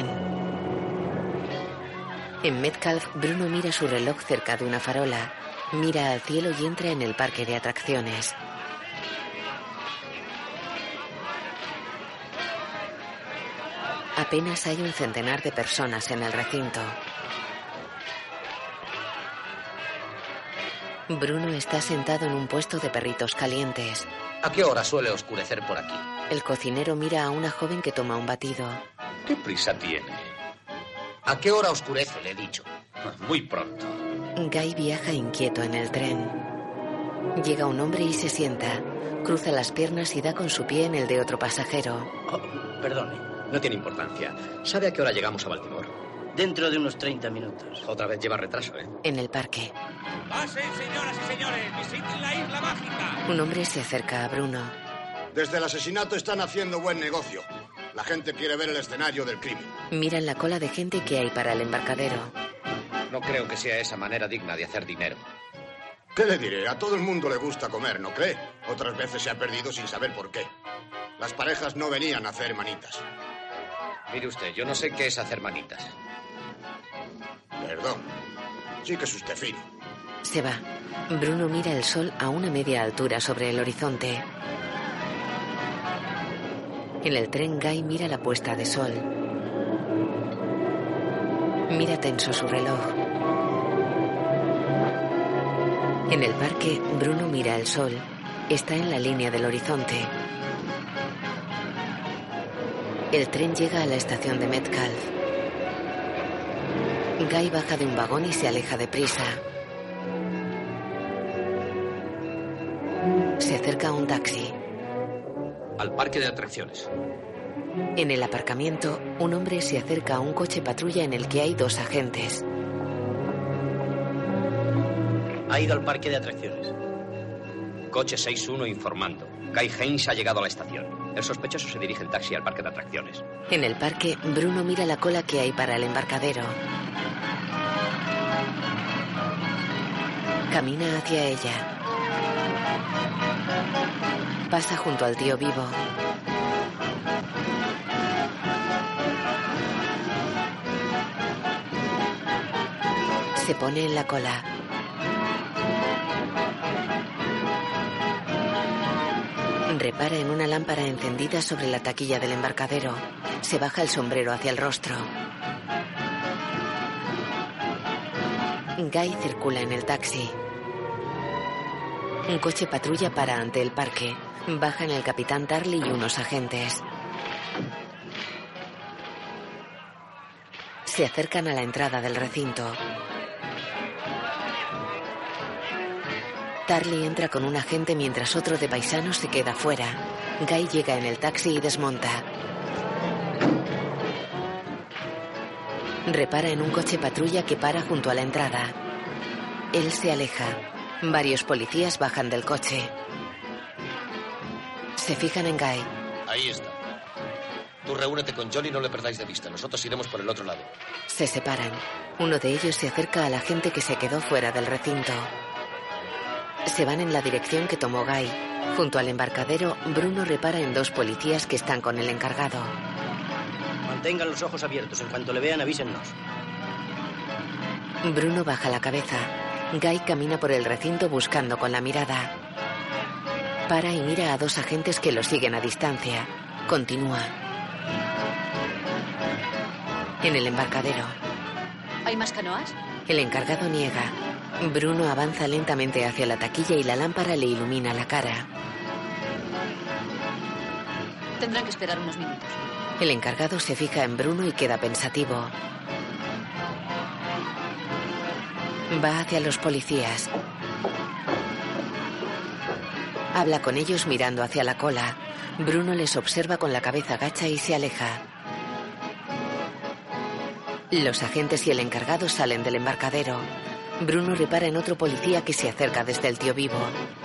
En Metcalf, Bruno mira su reloj cerca de una farola. Mira al cielo y entra en el parque de atracciones. Apenas hay un centenar de personas en el recinto. Bruno está sentado en un puesto de perritos calientes. ¿A qué hora suele oscurecer por aquí? El cocinero mira a una joven que toma un batido. ¿Qué prisa tiene? ¿A qué hora oscurece, le he dicho? Muy pronto. Guy viaja inquieto en el tren. Llega un hombre y se sienta. Cruza las piernas y da con su pie en el de otro pasajero. Oh, perdone, no tiene importancia. ¿Sabe a qué hora llegamos a Baltimore? Dentro de unos treinta minutos. Otra vez lleva retraso, ¿eh? En el parque. Pasen, señoras y señores, visiten la isla mágica. Un hombre se acerca a Bruno. Desde el asesinato están haciendo buen negocio. La gente quiere ver el escenario del crimen. Miran la cola de gente que hay para el embarcadero. No creo que sea esa manera digna de hacer dinero. ¿Qué le diré? A todo el mundo le gusta comer, ¿no cree? Otras veces se ha perdido sin saber por qué. Las parejas no venían a hacer manitas. Mire usted, yo no sé qué es hacer manitas. Perdón. Sí que es usted fino. Se va. Bruno mira el sol a una media altura sobre el horizonte. En el tren, Guy mira la puesta de sol. Mira tenso su reloj. En el parque, Bruno mira el sol. Está en la línea del horizonte. El tren llega a la estación de Metcalfe. Guy baja de un vagón y se aleja deprisa. Se acerca a un taxi. Al parque de atracciones. En el aparcamiento, un hombre se acerca a un coche patrulla en el que hay dos agentes. Ha ido al parque de atracciones. Coche seis uno informando. Guy Haynes ha llegado a la estación. El sospechoso se dirige en taxi al parque de atracciones. En el parque, Bruno mira la cola que hay para el embarcadero. Camina hacia ella. Pasa junto al tío vivo. Se pone en la cola. Repara en una lámpara encendida sobre la taquilla del embarcadero. Se baja el sombrero hacia el rostro. Guy circula en el taxi. Un coche patrulla para ante el parque. Bajan el capitán Tarly y unos agentes. Se acercan a la entrada del recinto. Tarly entra con un agente mientras otro de paisanos se queda fuera. Guy llega en el taxi y desmonta. Repara en un coche patrulla que para junto a la entrada. Él se aleja. Varios policías bajan del coche. Se fijan en Guy. Ahí está. Tú reúnete con John y no le perdáis de vista. Nosotros iremos por el otro lado. Se separan. Uno de ellos se acerca a la gente que se quedó fuera del recinto. Se van en la dirección que tomó Guy. Junto al embarcadero, Bruno repara en dos policías que están con el encargado. Mantengan los ojos abiertos. En cuanto le vean, avísennos. Bruno baja la cabeza. Guy camina por el recinto buscando con la mirada. Para y mira a dos agentes que lo siguen a distancia. Continúa. En el embarcadero. ¿Hay más canoas? El encargado niega. Bruno avanza lentamente hacia la taquilla y la lámpara le ilumina la cara. Tendrán que esperar unos minutos. El encargado se fija en Bruno y queda pensativo. Va hacia los policías. Habla con ellos mirando hacia la cola. Bruno les observa con la cabeza gacha y se aleja. Los agentes y el encargado salen del embarcadero. Bruno repara en otro policía que se acerca desde el tío vivo.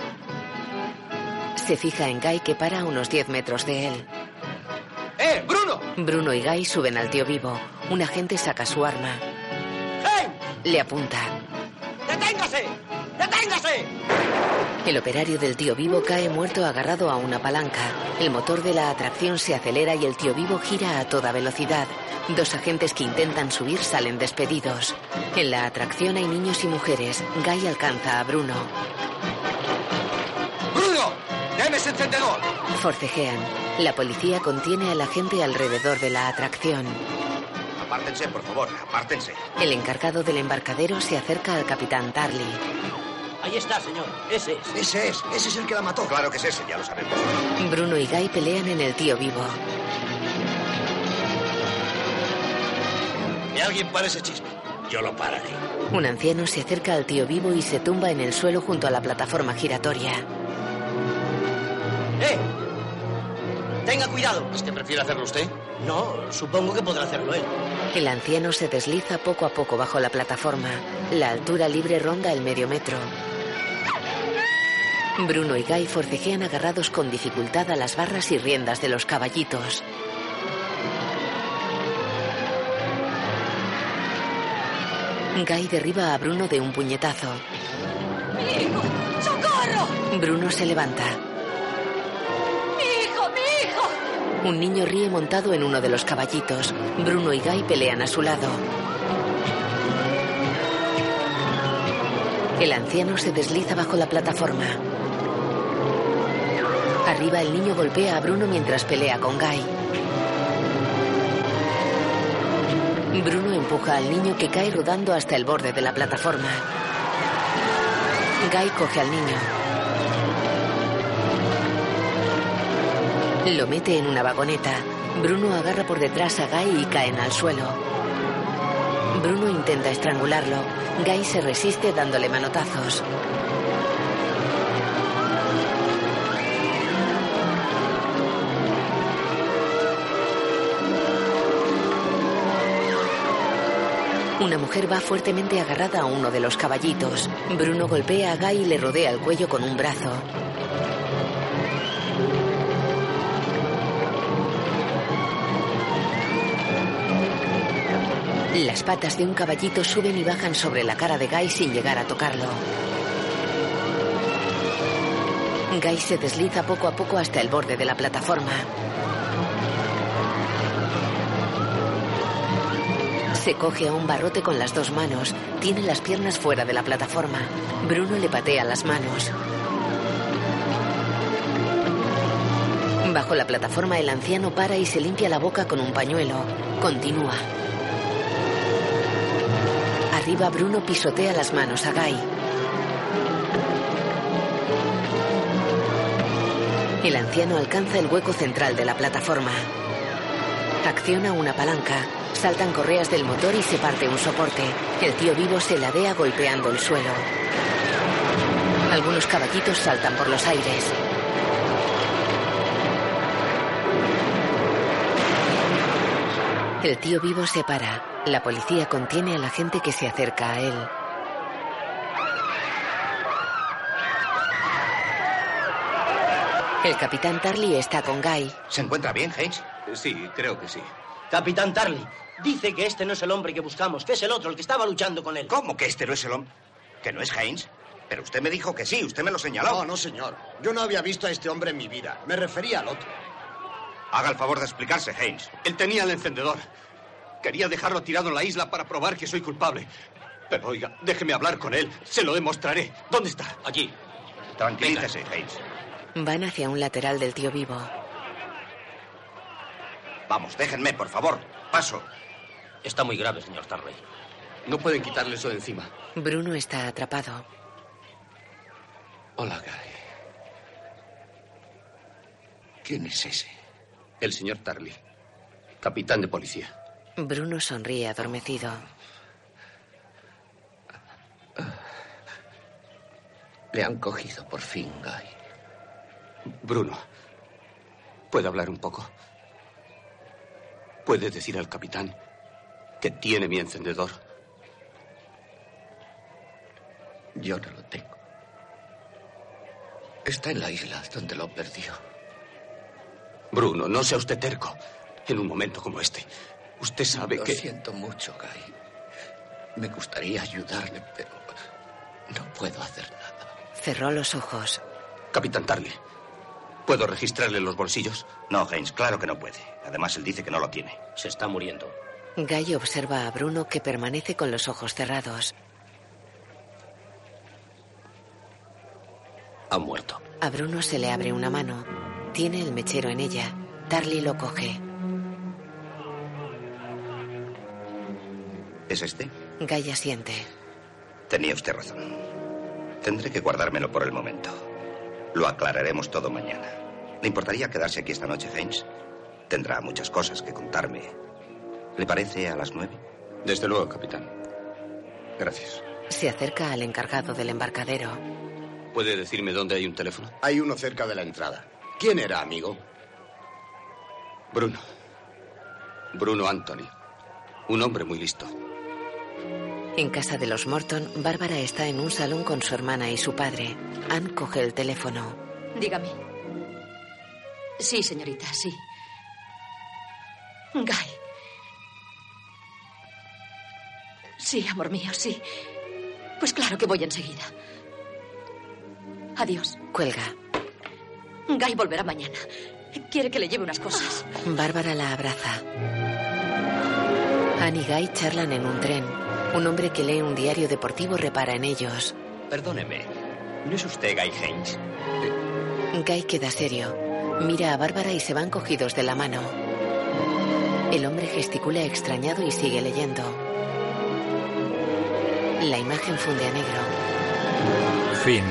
Se fija en Guy que para a unos diez metros de él. ¡Eh, Bruno! Bruno y Guy suben al tío vivo. Un agente saca su arma. ¡Hey! Le apunta. ¡Deténgase! ¡Deténgase! El operario del tío vivo cae muerto agarrado a una palanca. El motor de la atracción se acelera y el tío vivo gira a toda velocidad. Dos agentes que intentan subir salen despedidos. En la atracción hay niños y mujeres. Guy alcanza a Bruno. ¡Bruno! ¡Déme ese encendedor! Forcejean. La policía contiene a la gente alrededor de la atracción. Apártense, por favor, apártense. El encargado del embarcadero se acerca al capitán Tarly. Ahí está, señor. Ese es. Ese es. Ese es el que la mató. Claro que es ese, ya lo sabemos. Bruno y Guy pelean en el tío vivo. Que alguien pare ese chisme. Yo lo pararé. Un anciano se acerca al tío vivo y se tumba en el suelo junto a la plataforma giratoria. ¡Eh! Tenga cuidado. ¿Es que prefiere hacerlo usted? No, supongo que podrá hacerlo él. El anciano se desliza poco a poco bajo la plataforma. La altura libre ronda el medio metro. Bruno y Guy forcejean agarrados con dificultad a las barras y riendas de los caballitos. Guy derriba a Bruno de un puñetazo. ¡Mi hijo! ¡Socorro! Bruno se levanta. ¡Mi hijo! ¡Mi hijo! Un niño ríe montado en uno de los caballitos. Bruno y Guy pelean a su lado. El anciano se desliza bajo la plataforma. Arriba el niño golpea a Bruno mientras pelea con Guy. Bruno empuja al niño que cae rodando hasta el borde de la plataforma. Guy coge al niño. Lo mete en una vagoneta. Bruno agarra por detrás a Guy y caen al suelo. Bruno intenta estrangularlo. Guy se resiste dándole manotazos. Una mujer va fuertemente agarrada a uno de los caballitos. Bruno golpea a Guy y le rodea el cuello con un brazo. Las patas de un caballito suben y bajan sobre la cara de Guy sin llegar a tocarlo. Guy se desliza poco a poco hasta el borde de la plataforma. Se coge a un barrote con las dos manos. Tiene las piernas fuera de la plataforma. Bruno le patea las manos. Bajo la plataforma el anciano para y se limpia la boca con un pañuelo. Continúa. Arriba Bruno pisotea las manos a Guy. El anciano alcanza el hueco central de la plataforma. Acciona una palanca. Saltan correas del motor y se parte un soporte. El tío vivo se ladea golpeando el suelo. Algunos caballitos saltan por los aires. El tío vivo se para. La policía contiene a la gente que se acerca a él. El capitán Tarly está con Guy. ¿Se encuentra bien, Haynes? Sí, creo que sí. Capitán Tarly, dice que este no es el hombre que buscamos, que es el otro, el que estaba luchando con él. ¿Cómo que este no es el hombre? ¿Que no es Haynes? Pero usted me dijo que sí, usted me lo señaló. No, no, señor. Yo no había visto a este hombre en mi vida. Me refería al otro. Haga el favor de explicarse, Haynes. Él tenía el encendedor. Quería dejarlo tirado en la isla para probar que soy culpable. Pero oiga, déjeme hablar con él. Se lo demostraré. ¿Dónde está? Aquí. Tranquilícese, Haynes. Van hacia un lateral del tío vivo. Vamos, déjenme, por favor. Paso. Está muy grave, señor Tarly. No pueden quitarle eso de encima. Bruno está atrapado. Hola, Guy. ¿Quién es ese? El señor Tarly, capitán de policía. Bruno sonríe adormecido. Le han cogido por fin, Guy. Bruno, ¿puede hablar un poco? ¿Puede decir al capitán que tiene mi encendedor? Yo no lo tengo. Está en la isla donde lo perdió. Bruno, no sea usted terco. En un momento como este, usted sabe lo que... Lo siento mucho, Guy. Me gustaría ayudarle, pero no puedo hacer nada. Cerró los ojos. Capitán Tarly, ¿puedo registrarle los bolsillos? No, Haynes, claro que no puede. Además, él dice que no lo tiene. Se está muriendo. Guy observa a Bruno, que permanece con los ojos cerrados. Ha muerto. A Bruno se le abre una mano. Tiene el mechero en ella. Tarly lo coge. ¿Es este? Guy asiente. Tenía usted razón. Tendré que guardármelo por el momento. Lo aclararemos todo mañana. ¿Le importaría quedarse aquí esta noche, Haynes? Tendrá muchas cosas que contarme. ¿Le parece a las nueve? Desde luego, capitán. Gracias. Se acerca al encargado del embarcadero. ¿Puede decirme dónde hay un teléfono? Hay uno cerca de la entrada. ¿Quién era, amigo? Bruno. Bruno Anthony. Un hombre muy listo. En casa de los Morton, Bárbara está en un salón con su hermana y su padre. Anne coge el teléfono. Dígame. Sí, señorita, sí. Guy. Sí, amor mío, sí. Pues claro que voy enseguida. Adiós. Cuelga. Guy volverá mañana. Quiere que le lleve unas cosas. Bárbara la abraza. Anne y Guy charlan en un tren. Un hombre que lee un diario deportivo repara en ellos. Perdóneme, ¿no es usted Guy Haynes? Guy queda serio. Mira a Bárbara y se van cogidos de la mano. El hombre gesticula extrañado y sigue leyendo. La imagen funde a negro. Fin.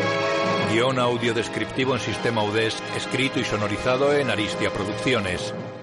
Guión audio descriptivo en sistema U D E S, escrito y sonorizado en Aristia Producciones.